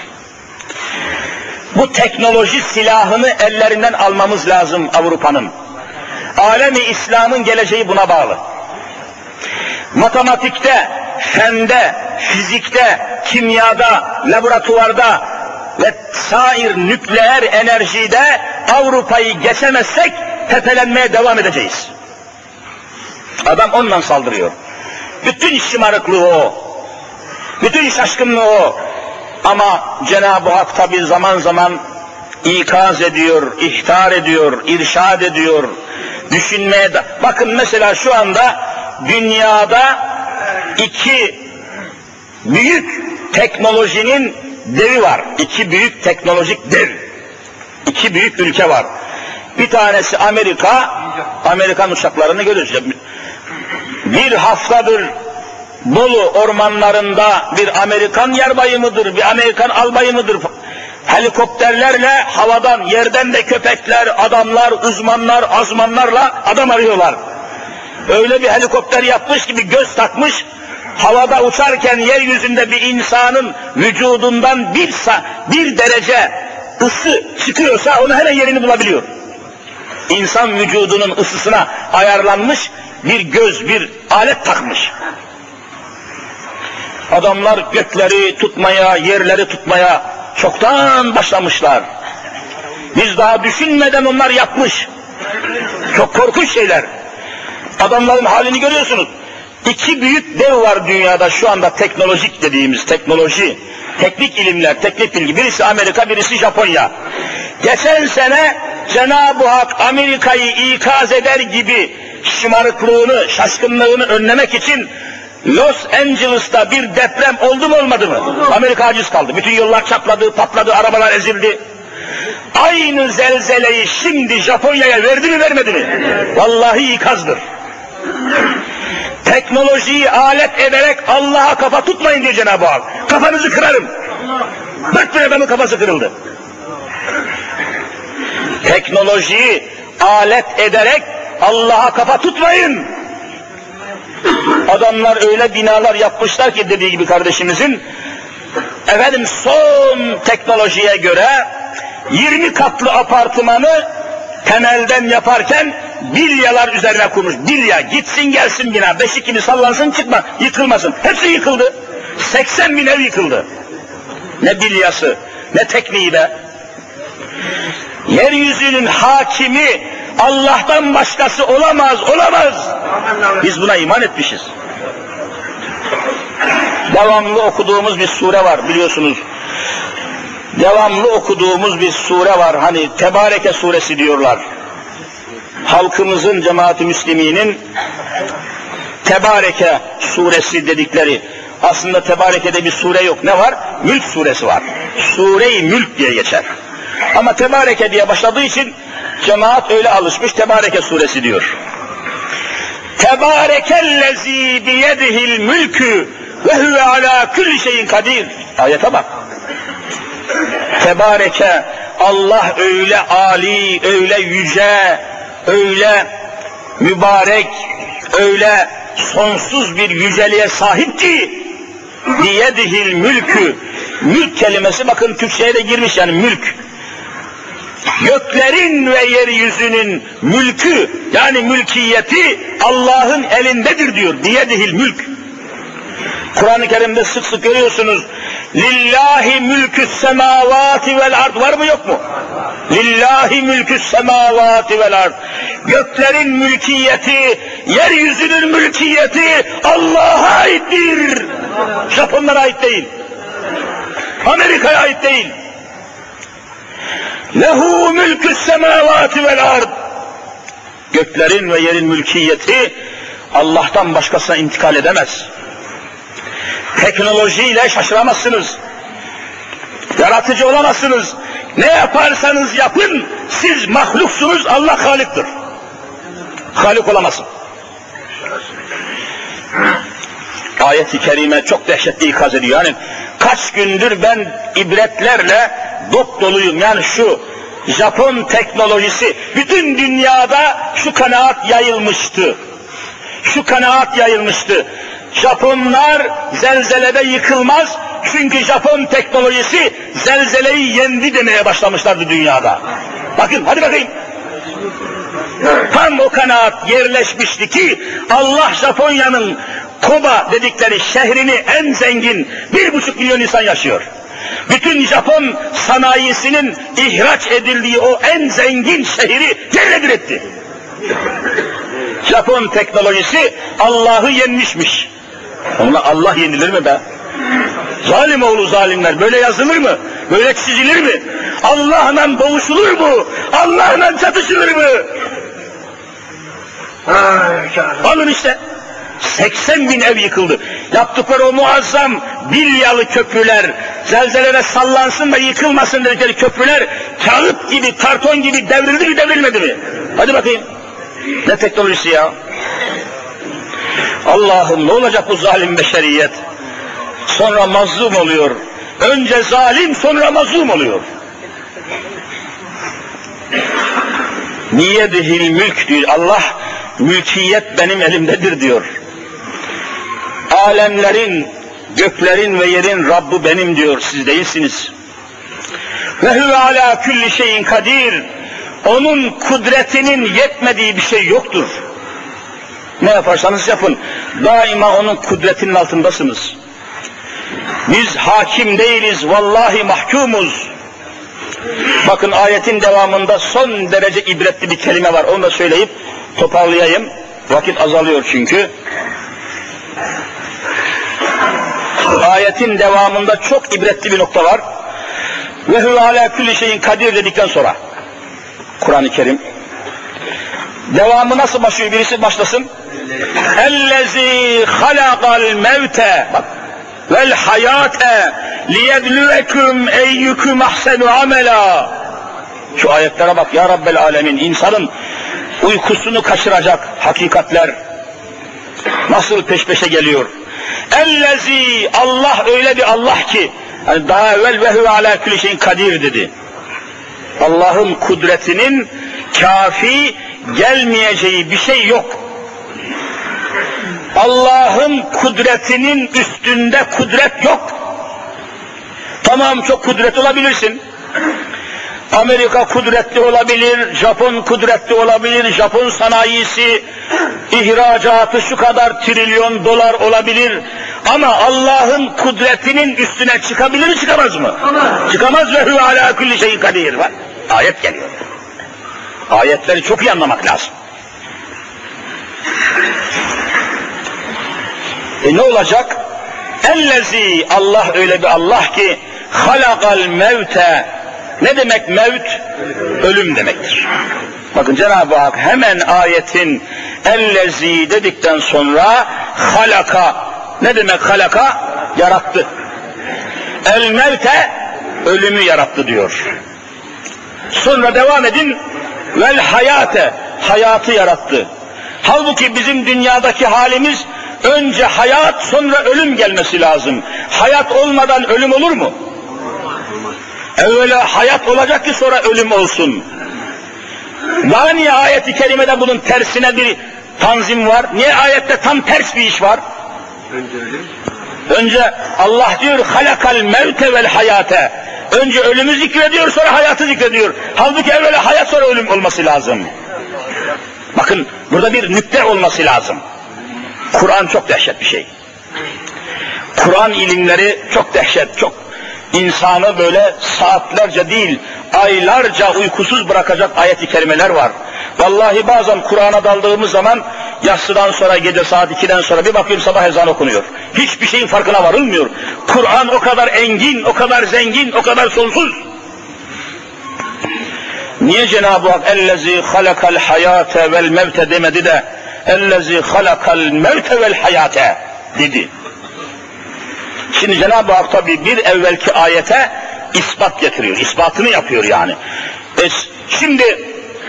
Bu teknoloji silahını ellerinden almamız lazım Avrupa'nın. Alemi İslam'ın geleceği buna bağlı. Matematikte, fende, fizikte, kimyada, laboratuvarda ve sair nükleer enerjide Avrupa'yı geçemezsek tepelenmeye devam edeceğiz. Adam ondan saldırıyor. Bütün şımarıklığı o. Bütün şaşkınlığı o. Ama Cenab-ı Hak tabi zaman zaman ikaz ediyor, ihtar ediyor, irşad ediyor, düşünmeye de... Bakın mesela şu anda dünyada iki büyük teknolojinin devi var. İki büyük teknolojik dev. İki büyük ülke var. Bir tanesi Amerika, Amerikan uçaklarını görüyoruz. Bir haftadır Bolu ormanlarında bir Amerikan yarbayı mıdır, bir Amerikan albayı mıdır? Helikopterlerle havadan, yerden de köpekler, adamlar, uzmanlar, azmanlarla adam arıyorlar. Öyle bir helikopter yapmış ki bir göz takmış, havada uçarken yeryüzünde bir insanın vücudundan bir, bir derece ısı çıkıyorsa onu hemen yerini bulabiliyor. İnsan vücudunun ısısına ayarlanmış bir göz, bir alet takmış. Adamlar gökleri tutmaya, yerleri tutmaya çoktan başlamışlar. Biz daha düşünmeden onlar yapmış. Çok korkunç şeyler. Adamların halini görüyorsunuz. İki büyük dev var dünyada şu anda, teknolojik dediğimiz teknoloji, teknik ilimler, teknik bilgi. Birisi Amerika, birisi Japonya. Geçen sene Cenab-ı Hak Amerika'yı ikaz eder gibi şımarıklığını, şaşkınlığını önlemek için Los Angeles'ta bir deprem oldu mu olmadı mı? Amerika aciz kaldı. Bütün yollar çatladı, patladı, arabalar ezildi. Aynı zelzeleyi şimdi Japonya'ya verdi mi vermedi mi? Vallahi ikazdır. Teknolojiyi alet ederek Allah'a kafa tutmayın diye Cenab-ı Hak. Kafanızı kırarım. Dört bin adamın kafası kırıldı. Teknolojiyi alet ederek Allah'a kafa tutmayın. Adamlar öyle binalar yapmışlar ki dediği gibi kardeşimizin, efendim son teknolojiye göre yirmi katlı apartmanı temelden yaparken bilyalar üzerine kurmuş. Bilya gitsin gelsin bina, beşik gibi sallansın çıkma, yıkılmasın. Hepsi yıkıldı. seksen bin ev yıkıldı. Ne bilyası, ne tekniği be. Yeryüzünün hakimi Allah'tan başkası olamaz, olamaz. Biz buna iman etmişiz. Devamlı okuduğumuz bir sure var biliyorsunuz. Devamlı okuduğumuz bir sure var. Hani Tebareke suresi diyorlar. Halkımızın, cemaat-i müsliminin Tebareke suresi dedikleri. Aslında Tebareke'de bir sure yok. Ne var? Mülk suresi var. Sure-i Mülk diye geçer. Ama Tebareke diye başladığı için cemaat öyle alışmış, Tebareke suresi diyor. Tebarekellezî biyedihil mülkü ve huve alâ külli şeyin kadir. Ayete bak. Tebareke, Allah öyle âli, öyle yüce, öyle mübarek, öyle sonsuz bir yüceliğe sahip ki biyedihil mülkü. Mülk kelimesi bakın Türkçe'ye de girmiş, yani mülk. Göklerin ve yeryüzünün mülkü, yani mülkiyeti Allah'ın elindedir diyor. Biyedihil mülk. Kur'an-ı Kerim'de sık sık görüyorsunuz. Lillahi mülkü's semavati vel ard, var mı yok mu? Lillahi mülkü's semavati vel ard. Göklerin mülkiyeti, yeryüzünün mülkiyeti Allah'a aittir. Japonlara ait değil. Amerika'ya ait değil. Lehu mülkü's semavati vel ard. Göklerin ve yerin mülkiyeti Allah'tan başkasına intikal edemez. Teknolojiyle şaşıramazsınız. Yaratıcı olamazsınız. Ne yaparsanız yapın, siz mahluksunuz, Allah Halik'tir. Halik olamazsın. Ayet-i Kerime çok dehşetli ikaz ediyor. Yani kaç gündür ben ibretlerle dop doluyum. Yani şu Japon teknolojisi, bütün dünyada şu kanaat yayılmıştı. Şu kanaat yayılmıştı. Japonlar zelzelede yıkılmaz, çünkü Japon teknolojisi zelzeleyi yendi demeye başlamışlardı dünyada. Bakın, hadi bakayım. Tam o kanaat yerleşmişti ki Allah Japonya'nın Koba dedikleri şehrini en zengin bir buçuk milyon insan yaşıyor. Bütün Japon sanayisinin ihraç edildiği o en zengin şehri yerle bir etti. Japon teknolojisi Allah'ı yenmişmiş. Onunla Allah yenilir mi be? Zalim oğlu zalimler, böyle yazılır mı? Böyle çizilir mi? Allah'la boğuşulur mu? Allah'la çatışılır mı? Alın işte. seksen bin ev yıkıldı. Yaptıkları o muazzam bilyalı köprüler, zelzelere sallansın da yıkılmasın dedikleri köprüler, kağıt gibi, karton gibi devrildi mi, devrilmedi mi? Hadi bakayım. Ne teknolojisi ya? Allah'ım, ne olacak bu zalim beşeriyet? Sonra mazlum oluyor. Önce zalim, sonra mazlum oluyor. Niyedihil mülk diyor. Allah, mülkiyet benim elimdedir diyor. Alemlerin, göklerin ve yerin Rabbi benim diyor, siz değilsiniz. Ve huve ala külli şeyin kadir. Onun kudretinin yetmediği bir şey yoktur. Ne yaparsanız yapın, daima onun kudretinin altındasınız. Biz hakim değiliz, vallahi mahkumuz. Bakın ayetin devamında son derece ibretli bir kelime var, onu da söyleyip toparlayayım. Vakit azalıyor çünkü. Ayetin devamında çok ibretli bir nokta var. Ve huve ala külli şeyin kadir dedikten sonra Kur'an-ı Kerim devamı nasıl başlıyor? Birisi başlasın. Ellezî halakal mevte vel hayate liyebluvekum eyyüküm ahsenu amela. Şu ayetlere bak ya Rabbel alemin, insanın uykusunu kaçıracak hakikatler nasıl peş peşe geliyor. Ellezî, Allah öyle bir Allah ki, yani daha evvel ve huve alâ külli şeyin kadir dedi. Allah'ın kudretinin kafi gelmeyeceği bir şey yok. Allah'ın kudretinin üstünde kudret yok. Tamam, çok kudretli olabilirsin. Amerika kudretli olabilir, Japon kudretli olabilir, Japon sanayisi, ihracatı şu kadar trilyon dolar olabilir. Ama Allah'ın kudretinin üstüne çıkabilir mi, çıkamaz mı? Çıkamaz. Çıkamaz ve huve alâ kulli şeyin kadir var. Ayet geliyor. Ayetleri çok iyi anlamak lazım. E ne olacak? Ellezî, Allah öyle bir Allah ki halakal mevte. Ne demek mevt? Ölüm demektir. Bakın Cenab-ı Hak hemen ayetin ellezî dedikten sonra halaka, ne demek halaka? Yarattı. El mevte, ölümü yarattı diyor. Sonra devam edin, vel hayate, hayatı yarattı. Halbuki bizim dünyadaki halimiz önce hayat, sonra ölüm gelmesi lazım. Hayat olmadan ölüm olur mu? Evvela hayat olacak ki sonra ölüm olsun. Daha niye ayet-i kerimede bunun tersine bir tanzim var? Niye ayette tam ters bir iş var? Önce Allah diyor halakal mevte vel hayate. Önce ölümü zikrediyor, sonra hayatı zikrediyor. Halbuki evvela hayat, sonra ölüm olması lazım. Bakın burada bir nükte olması lazım. Kur'an çok dehşet bir şey. Kur'an ilimleri çok dehşet, çok insanı böyle saatlerce değil, aylarca uykusuz bırakacak ayet-i kerimeler var. Vallahi bazen Kur'an'a daldığımız zaman yatsıdan sonra, gece saat ikiden sonra bir bakıyorum sabah ezanı okunuyor. Hiçbir şeyin farkına varılmıyor. Kur'an o kadar engin, o kadar zengin, o kadar sonsuz. Niye Cenab-ı Hak ellezî halakal hayâte vel mevte demedi de ellezî halakal mevte vel hayâte dedi? Şimdi Cenab-ı Hak tabi bir evvelki ayete ispat getiriyor, ispatını yapıyor yani. E şimdi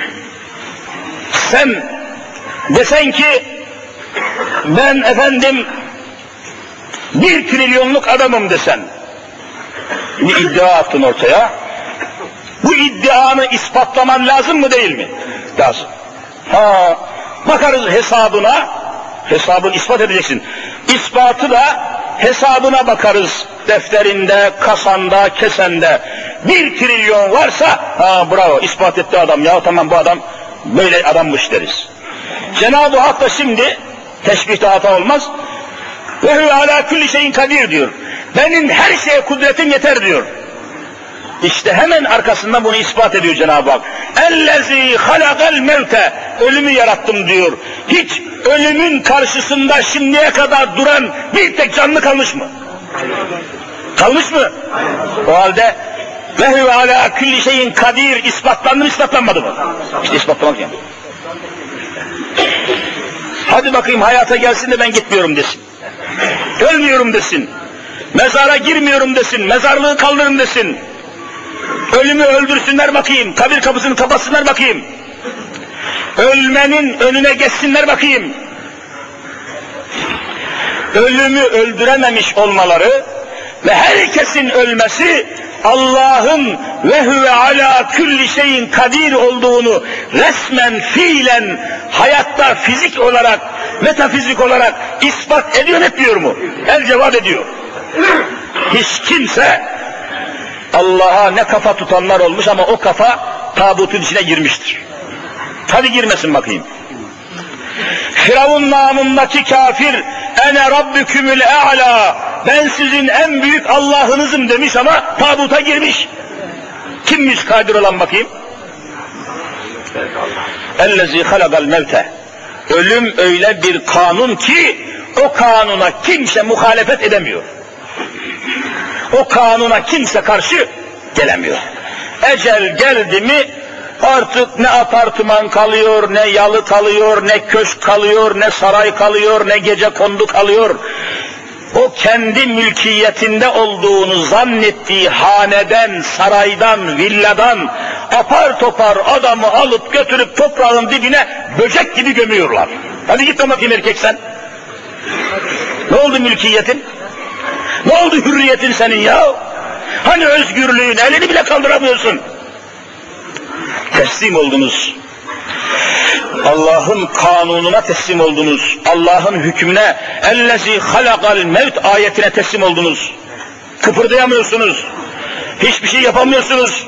sen desen ki ben efendim bir trilyonluk adamım desen, bir iddia attın ortaya, bu iddianı ispatlaman lazım mı değil mi? Lazım. Ha, bakarız hesabına, hesabını ispat edeceksin. İspatı da hesabına bakarız. Defterinde, kasanda, kesende bir trilyon varsa, ha bravo, ispat etti adam ya, tamam bu adam böyle adammış deriz. Cenab-ı Hak da şimdi teşbihte hata olmaz. Ve huve alâ kulli şeyin kadir diyor. Benim her şeye kudretim yeter diyor. İşte hemen arkasında bunu ispat ediyor Cenab-ı Hak. Ellezî halakal mevte, ölümü yarattım diyor. Hiç ölümün karşısında şimdiye kadar duran bir tek canlı kalmış mı? Kalmış mı? O halde ve huve alâ kulli şeyin kadir ispatlandı mı, ispatlanmadı mı? İşte ispatlamak yani. Hadi bakayım hayata gelsin de ben gitmiyorum desin. Ölmüyorum desin. Mezara girmiyorum desin. Mezarlığı kaldırın desin. Ölümü öldürsünler bakayım. Kabir kapısını kapatsınlar bakayım. Ölmenin önüne geçsinler bakayım. Ölümü öldürememiş olmaları ve herkesin ölmesi Allah'ın ve huve ala külli şeyin kadir olduğunu resmen, fiilen, hayatta fizik olarak, metafizik olarak ispat ediyor mu, etmiyor mu? El cevap ediyor. Hiç kimse, Allah'a ne kafa tutanlar olmuş ama o kafa tabutun içine girmiştir. Hadi girmesin bakayım. Firavun namındaki kafir, ene rabbükümül e'lâ, ben sizin en büyük Allah'ınızım demiş ama tabuta girmiş. Kimmiş kadir olan bakayım? Ellezî halakal mevte. Ölüm öyle bir kanun ki o kanuna kimse muhalefet edemiyor. O kanuna kimse karşı gelemiyor. Ecel geldi mi artık ne apartman kalıyor, ne yalı kalıyor, ne köşk kalıyor, ne saray kalıyor, ne gece kondu kalıyor. O kendi mülkiyetinde olduğunu zannettiği haneden, saraydan, villadan apar topar adamı alıp götürüp toprağın dibine böcek gibi gömüyorlar. Hadi git bakayım erkek sen. Ne oldu mülkiyetin? Ne oldu hürriyetin senin ya? Hani özgürlüğün, elini bile kaldıramıyorsun. Teslim oldunuz. Allah'ın kanununa teslim oldunuz. Allah'ın hükmüne, ellezî halakal mevt ayetine teslim oldunuz. Kıpırdayamıyorsunuz. Hiçbir şey yapamıyorsunuz.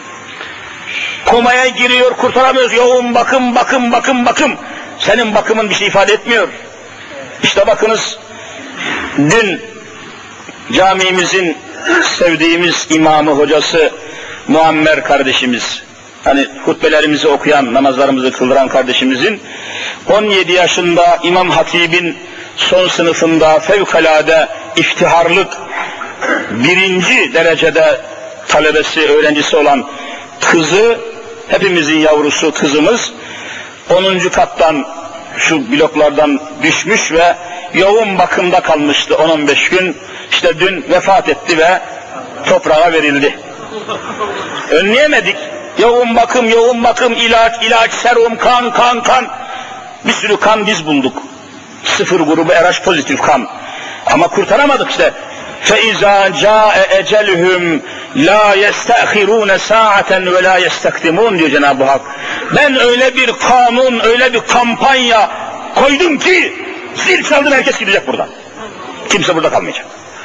Komaya giriyor, kurtaramıyoruz. Yoğun bakım, bakım, bakım, bakım. Senin bakımın bir şey ifade etmiyor. İşte bakınız, dün camimizin sevdiğimiz imamı, hocası Muammer kardeşimiz, hani hutbelerimizi okuyan, namazlarımızı kıldıran kardeşimizin on yedi yaşında İmam Hatib'in son sınıfında fevkalade iftiharlık birinci derecede talebesi, öğrencisi olan kızı, hepimizin yavrusu kızımız onuncu kattan şu bloklardan düşmüş ve yoğun bakımda kalmıştı on on beş gün. İşte dün vefat etti ve toprağa verildi. Önleyemedik. Yoğun bakım, yoğun bakım, ilaç, ilaç, serum, kan, kan, kan. Bir sürü kan biz bulduk. Sıfır grubu R H pozitif kan. Ama kurtaramadık işte. فَاِذَا جَاءَ اَجَلُهُمْ لَا يَسْتَأْخِرُونَ سَاعَةً وَلَا يَسْتَقْدِمُونَ diyor Cenab-ı Hak. Ben öyle bir kanun, öyle bir kampanya koydum ki zil çaldım, herkes gidecek buradan. Kimse burada kalmayacak.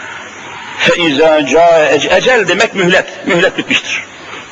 فَاِذَا جَاءَ ecel demek mühlet, mühlet bitmiştir.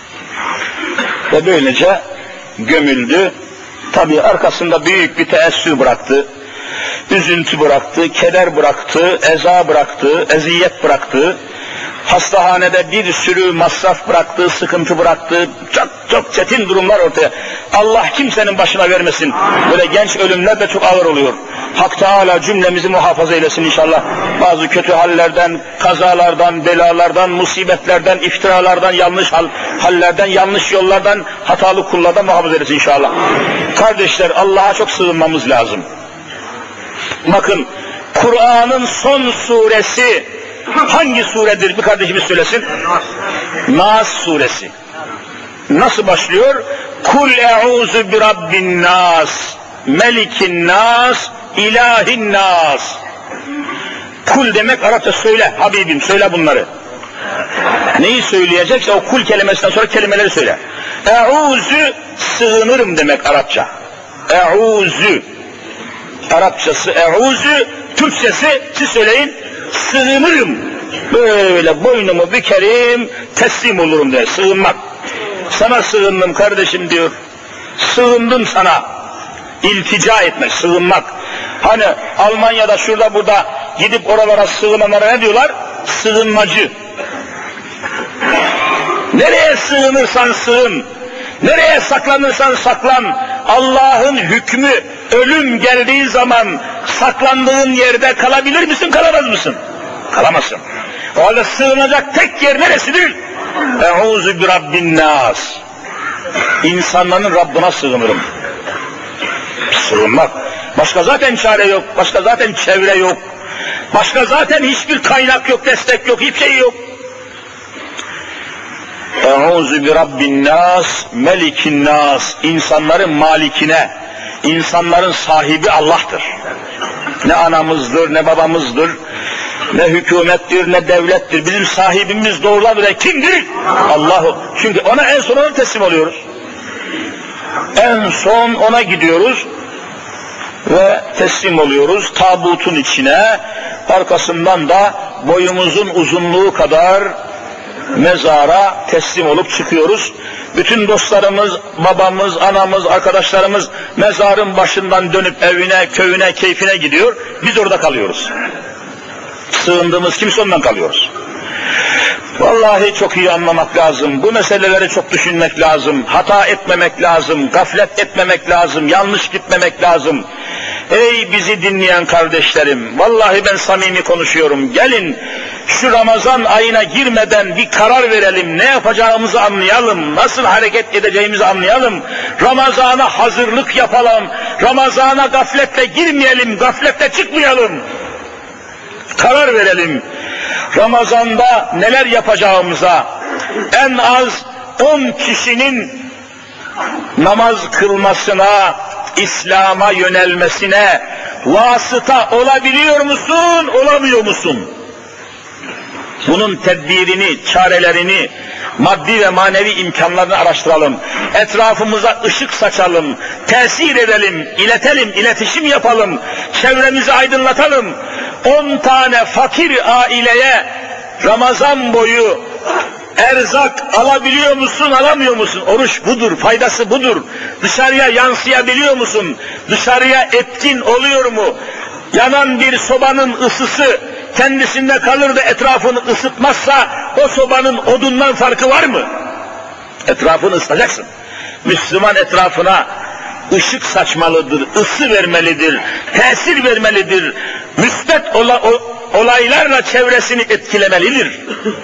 Ve böylece gömüldü. Tabi arkasında büyük bir teessür bıraktı. üzüntü bıraktı, keder bıraktı, eza bıraktı, eziyet bıraktı. Hastahanede bir sürü masraf bıraktı, sıkıntı bıraktı, çok çok çetin durumlar ortaya. Allah kimsenin başına vermesin. Böyle genç ölümler de çok ağır oluyor. Hak Teala cümlemizi muhafaza eylesin inşallah. Bazı kötü hallerden, kazalardan, belalardan, musibetlerden, iftiralardan, yanlış hal, hallerden, yanlış yollardan, hatalı kullardan muhafaza eylesin inşallah. Kardeşler, Allah'a çok sığınmamız lazım. Bakın, Kur'an'ın son suresi hangi suredir bir kardeşimiz söylesin? Nas suresi. Nasıl başlıyor? Kul e'uzu bi rabbin nas, melikin nas, ilahin nas. Kul demek Arapça söyle Habibim, söyle bunları. Neyi söyleyecekse o kul kelimesinden sonra kelimeleri söyle. E'uzu sığınırım demek Arapça. E'uzu. Arapçası e'uzu, Türkçesi siz söyleyin. Sığınırım. Böyle boynumu bükerim, teslim olurum diye sığınmak. Sana sığındım kardeşim diyor. Sığındım sana. İltica etmek, sığınmak. Hani Almanya'da şurada burada gidip oralara sığınanlara ne diyorlar? Sığınmacı. Nereye sığınırsan sığın, nereye saklanırsan saklan, Allah'ın hükmü ölüm geldiği zaman saklandığın yerde kalabilir misin, kalamaz mısın? Kalamazsın. O halde sığınacak tek yer neresidir? Eûzü bi rabbin nas. İnsanların Rabbine sığınırım. Sığınmak. Başka zaten çare yok, başka zaten çevre yok, başka zaten hiçbir kaynak yok, destek yok, hiçbir şey yok. Eûzü bi rabbin nas, melikin nas. İnsanların malikine, insanların sahibi Allah'tır. Ne anamızdır, ne babamızdır, ne hükümettir, ne devlettir. Bizim sahibimiz doğrudan ve kimdir? Allah'ı. Çünkü ona en son ona teslim oluyoruz. En son ona gidiyoruz ve teslim oluyoruz tabutun içine. Arkasından da boyumuzun uzunluğu kadar mezara teslim olup çıkıyoruz. Bütün dostlarımız, babamız, anamız, arkadaşlarımız mezarın başından dönüp evine, köyüne, keyfine gidiyor. Biz orada kalıyoruz. Sığındığımız kimse ondan kalıyoruz. Vallahi çok iyi anlamak lazım. Bu meseleleri çok düşünmek lazım. Hata etmemek lazım. Gaflet etmemek lazım. Yanlış gitmemek lazım. Ey bizi dinleyen kardeşlerim, vallahi ben samimi konuşuyorum. Gelin şu Ramazan ayına girmeden bir karar verelim. Ne yapacağımızı anlayalım. Nasıl hareket edeceğimizi anlayalım. Ramazana hazırlık yapalım. Ramazana gafletle girmeyelim. Gafletle çıkmayalım. Karar verelim. Ramazanda neler yapacağımıza, en az on kişinin namaz kılmasına, İslam'a yönelmesine vasıta olabiliyor musun, olamıyor musun? Bunun tedbirini, çarelerini, maddi ve manevi imkanlarını araştıralım. Etrafımıza ışık saçalım, tesir edelim, iletelim, iletişim yapalım, çevremizi aydınlatalım. On tane fakir aileye Ramazan boyu erzak alabiliyor musun, alamıyor musun? Oruç budur, faydası budur. Dışarıya yansıyabiliyor musun? Dışarıya etkin oluyor mu? Yanan bir sobanın ısısı kendisinde kalır da etrafını ısıtmazsa o sobanın odundan farkı var mı? Etrafını ısıtacaksın. Müslüman etrafına ışık saçmalıdır, ısı vermelidir, tesir vermelidir. Müsbet ola, o, olaylarla çevresini etkilemelidir.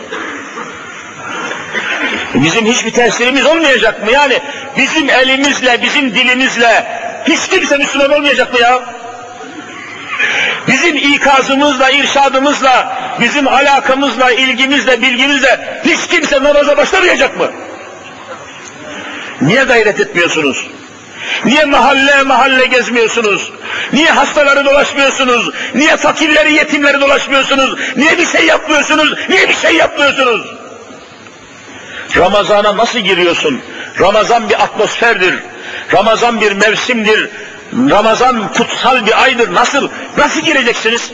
Bizim hiçbir tesirimiz olmayacak mı? Yani bizim elimizle, bizim dilimizle hiç kimse Müslüman olmayacak mı ya? Bizim ikazımızla, irşadımızla, bizim alakamızla, ilgimizle, bilgimizle hiç kimse namaza başlamayacak mı? Niye gayret etmiyorsunuz? Niye mahalle mahalle gezmiyorsunuz? Niye hastaları dolaşmıyorsunuz? Niye fakirleri, yetimleri dolaşmıyorsunuz? Niye bir şey yapmıyorsunuz? Niye bir şey yapmıyorsunuz? Ramazana nasıl giriyorsun? Ramazan bir atmosferdir. Ramazan bir mevsimdir. Ramazan kutsal bir aydır. Nasıl? Nasıl gireceksiniz?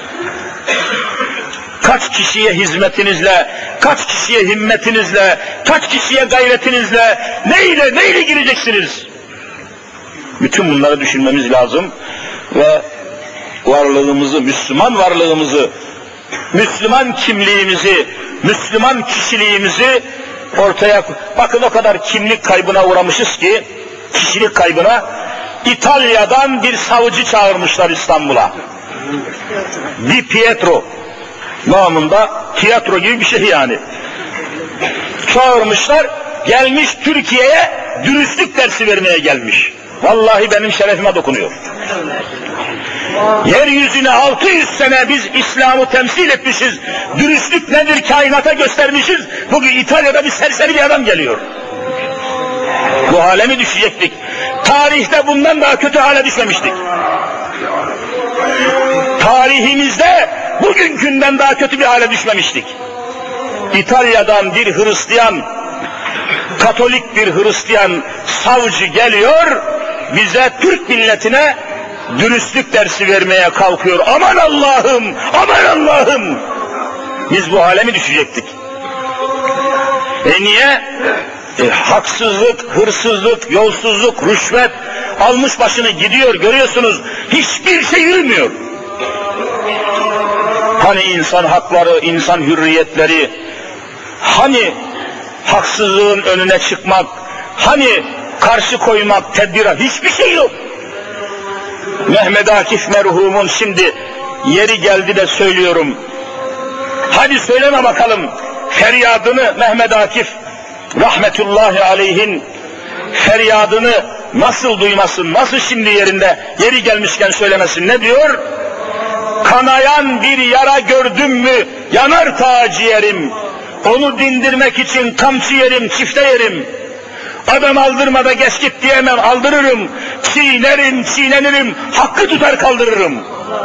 Kaç kişiye hizmetinizle, kaç kişiye himmetinizle, kaç kişiye gayretinizle, neyle, neyle gireceksiniz? Bütün bunları düşünmemiz lazım ve varlığımızı, Müslüman varlığımızı, Müslüman kimliğimizi, Müslüman kişiliğimizi ortaya... Bakın o kadar kimlik kaybına uğramışız ki, kişilik kaybına, İtalya'dan bir savcı çağırmışlar İstanbul'a. Di Pietro namında, tiyatro gibi bir şey yani. Çağırmışlar, gelmiş Türkiye'ye dürüstlük dersi vermeye gelmiş. Vallahi benim şerefime dokunuyor. Yeryüzüne altı yüz sene biz İslam'ı temsil etmişiz, dürüstlük nedir kainata göstermişiz, bugün İtalya'da bir serseri bir adam geliyor. Bu hale mi düşecektik? Tarihte bundan daha kötü hale düşmemiştik. Tarihimizde bugünkünden daha kötü bir hale düşmemiştik. İtalya'dan bir Hristiyan, Katolik bir Hristiyan savcı geliyor, bize Türk milletine dürüstlük dersi vermeye kalkıyor. Aman Allah'ım, aman Allah'ım! Biz bu hale mi düşecektik? E niye? E, haksızlık, hırsızlık, yolsuzluk, rüşvet almış başını gidiyor, görüyorsunuz. Hiçbir şey yürümüyor. Hani insan hakları, insan hürriyetleri, hani haksızlığın önüne çıkmak, hani karşı koymak, tedbir, hiçbir şey yok. Mehmet Akif merhumun şimdi yeri geldi de söylüyorum. Hadi söyleme bakalım feryadını Mehmet Akif rahmetullahi aleyhin feryadını nasıl duymasın, nasıl şimdi yerinde yeri gelmişken söylemesin, ne diyor? Kanayan bir yara gördüm mü yanar ta ciğerim, onu dindirmek için kamçı yerim, çifte yerim. Adam aldırmada geç git diyemem, aldırırım, çiğnerim, çiğnenirim, hakkı tutar kaldırırım.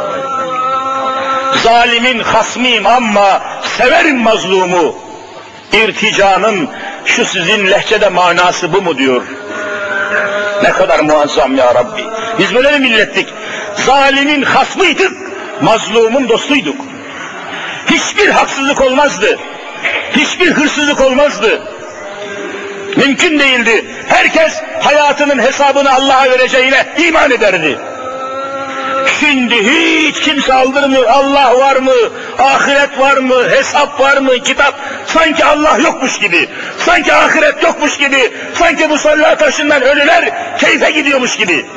Zalimin hasmiyim ama severim mazlumu. İrticanın şu sizin lehçede manası bu mu diyor. Ne kadar muazzam ya Rabbi. Biz böyle bir millettik. Zalimin hasmıydık, mazlumun dostuyduk. Hiçbir haksızlık olmazdı. Hiçbir hırsızlık olmazdı. Mümkün değildi. Herkes hayatının hesabını Allah'a vereceğine iman ederdi. Şimdi hiç kimse aldırmıyor. Allah var mı? Ahiret var mı? Hesap var mı? Kitap. Sanki Allah yokmuş gibi. Sanki ahiret yokmuş gibi. Sanki bu sallah taşından ölüler keyfe gidiyormuş gibi.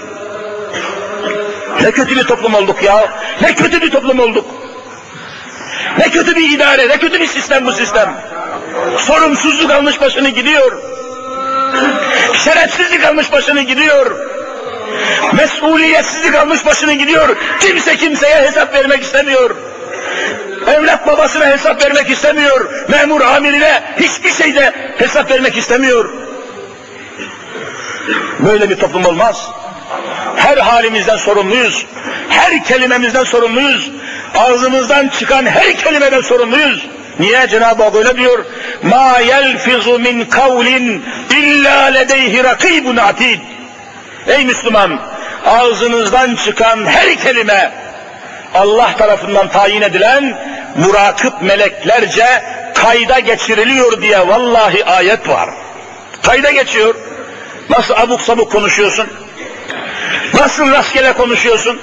Ne kötü bir toplum olduk ya. Ne kötü bir toplum olduk. Ne kötü bir idare, ne kötü bir sistem bu sistem. Sorumsuzluk almış başını gidiyor. Şerefsizlik almış başını gidiyor. Mesuliyetsizlik almış başını gidiyor. Kimse kimseye hesap vermek istemiyor. Evlat babasına hesap vermek istemiyor. Memur amirine hiçbir şeyde hesap vermek istemiyor. Böyle bir toplum olmaz. Her halimizden sorumluyuz. Her kelimemizden sorumluyuz. Ağzımızdan çıkan her kelimeden sorumluyuz. Niye? Cenab-ı Hak öyle diyor. Ma yelfizu min kavlin illa ledeyhi rakibun atid. Ey Müslüman, ağzınızdan çıkan her kelime Allah tarafından tayin edilen murakip meleklerce kayda geçiriliyor diye vallahi ayet var. Kayda geçiyor. Nasıl abuk sabuk konuşuyorsun? Nasıl rastgele konuşuyorsun?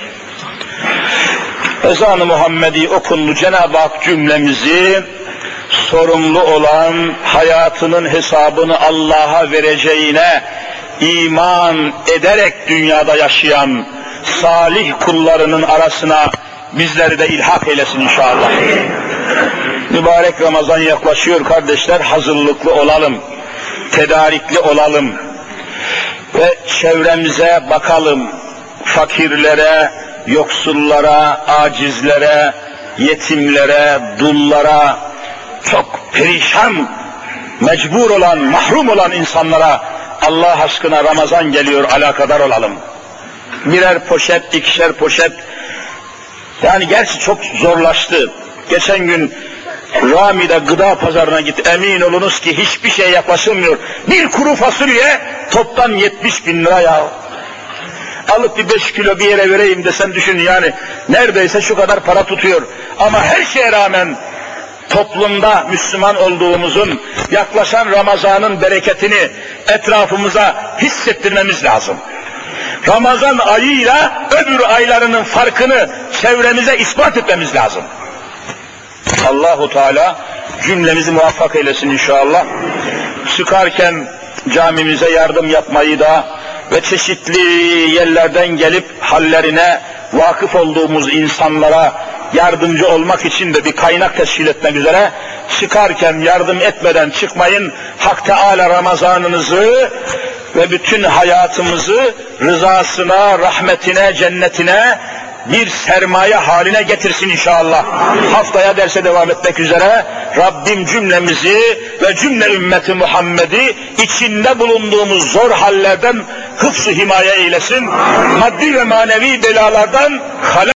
Ezan-ı Muhammedi okundu. Cenab-ı Hak cümlemizi sorumlu olan, hayatının hesabını Allah'a vereceğine iman ederek dünyada yaşayan salih kullarının arasına bizleri de ilhak eylesin inşallah. Mübarek Ramazan yaklaşıyor kardeşler, hazırlıklı olalım, tedarikli olalım ve çevremize bakalım, fakirlere, yoksullara, acizlere, yetimlere, dullara, çok perişan, mecbur olan, mahrum olan insanlara Allah aşkına Ramazan geliyor, alakadar olalım. Birer poşet, ikişer poşet, yani gerçi çok zorlaştı. Geçen gün Rami'de gıda pazarına git, emin olunuz ki hiçbir şey yaklaşılmıyor. Bir kuru fasulye toptan yetmiş bin lira ya. Alıp bir beş kilo bir yere vereyim desen düşün yani, neredeyse şu kadar para tutuyor. Ama her şeye rağmen toplumda Müslüman olduğumuzun, yaklaşan Ramazan'ın bereketini etrafımıza hissettirmemiz lazım. Ramazan ayıyla öbür aylarının farkını çevremize ispat etmemiz lazım. Allahu Teala cümlemizi muvaffak eylesin inşallah. Çıkarken camimize yardım yapmayı da ve çeşitli yerlerden gelip hallerine vakıf olduğumuz insanlara yardımcı olmak için de bir kaynak teşkil etmek üzere çıkarken yardım etmeden çıkmayın. Hak Teala Ramazanınızı ve bütün hayatımızı rızasına, rahmetine, cennetine bir sermaye haline getirsin inşallah. Haftaya derse devam etmek üzere Rabbim cümlemizi ve cümle ümmeti Muhammed'i içinde bulunduğumuz zor hallerden hıfz-ı himaye eylesin. Maddi ve manevi belalardan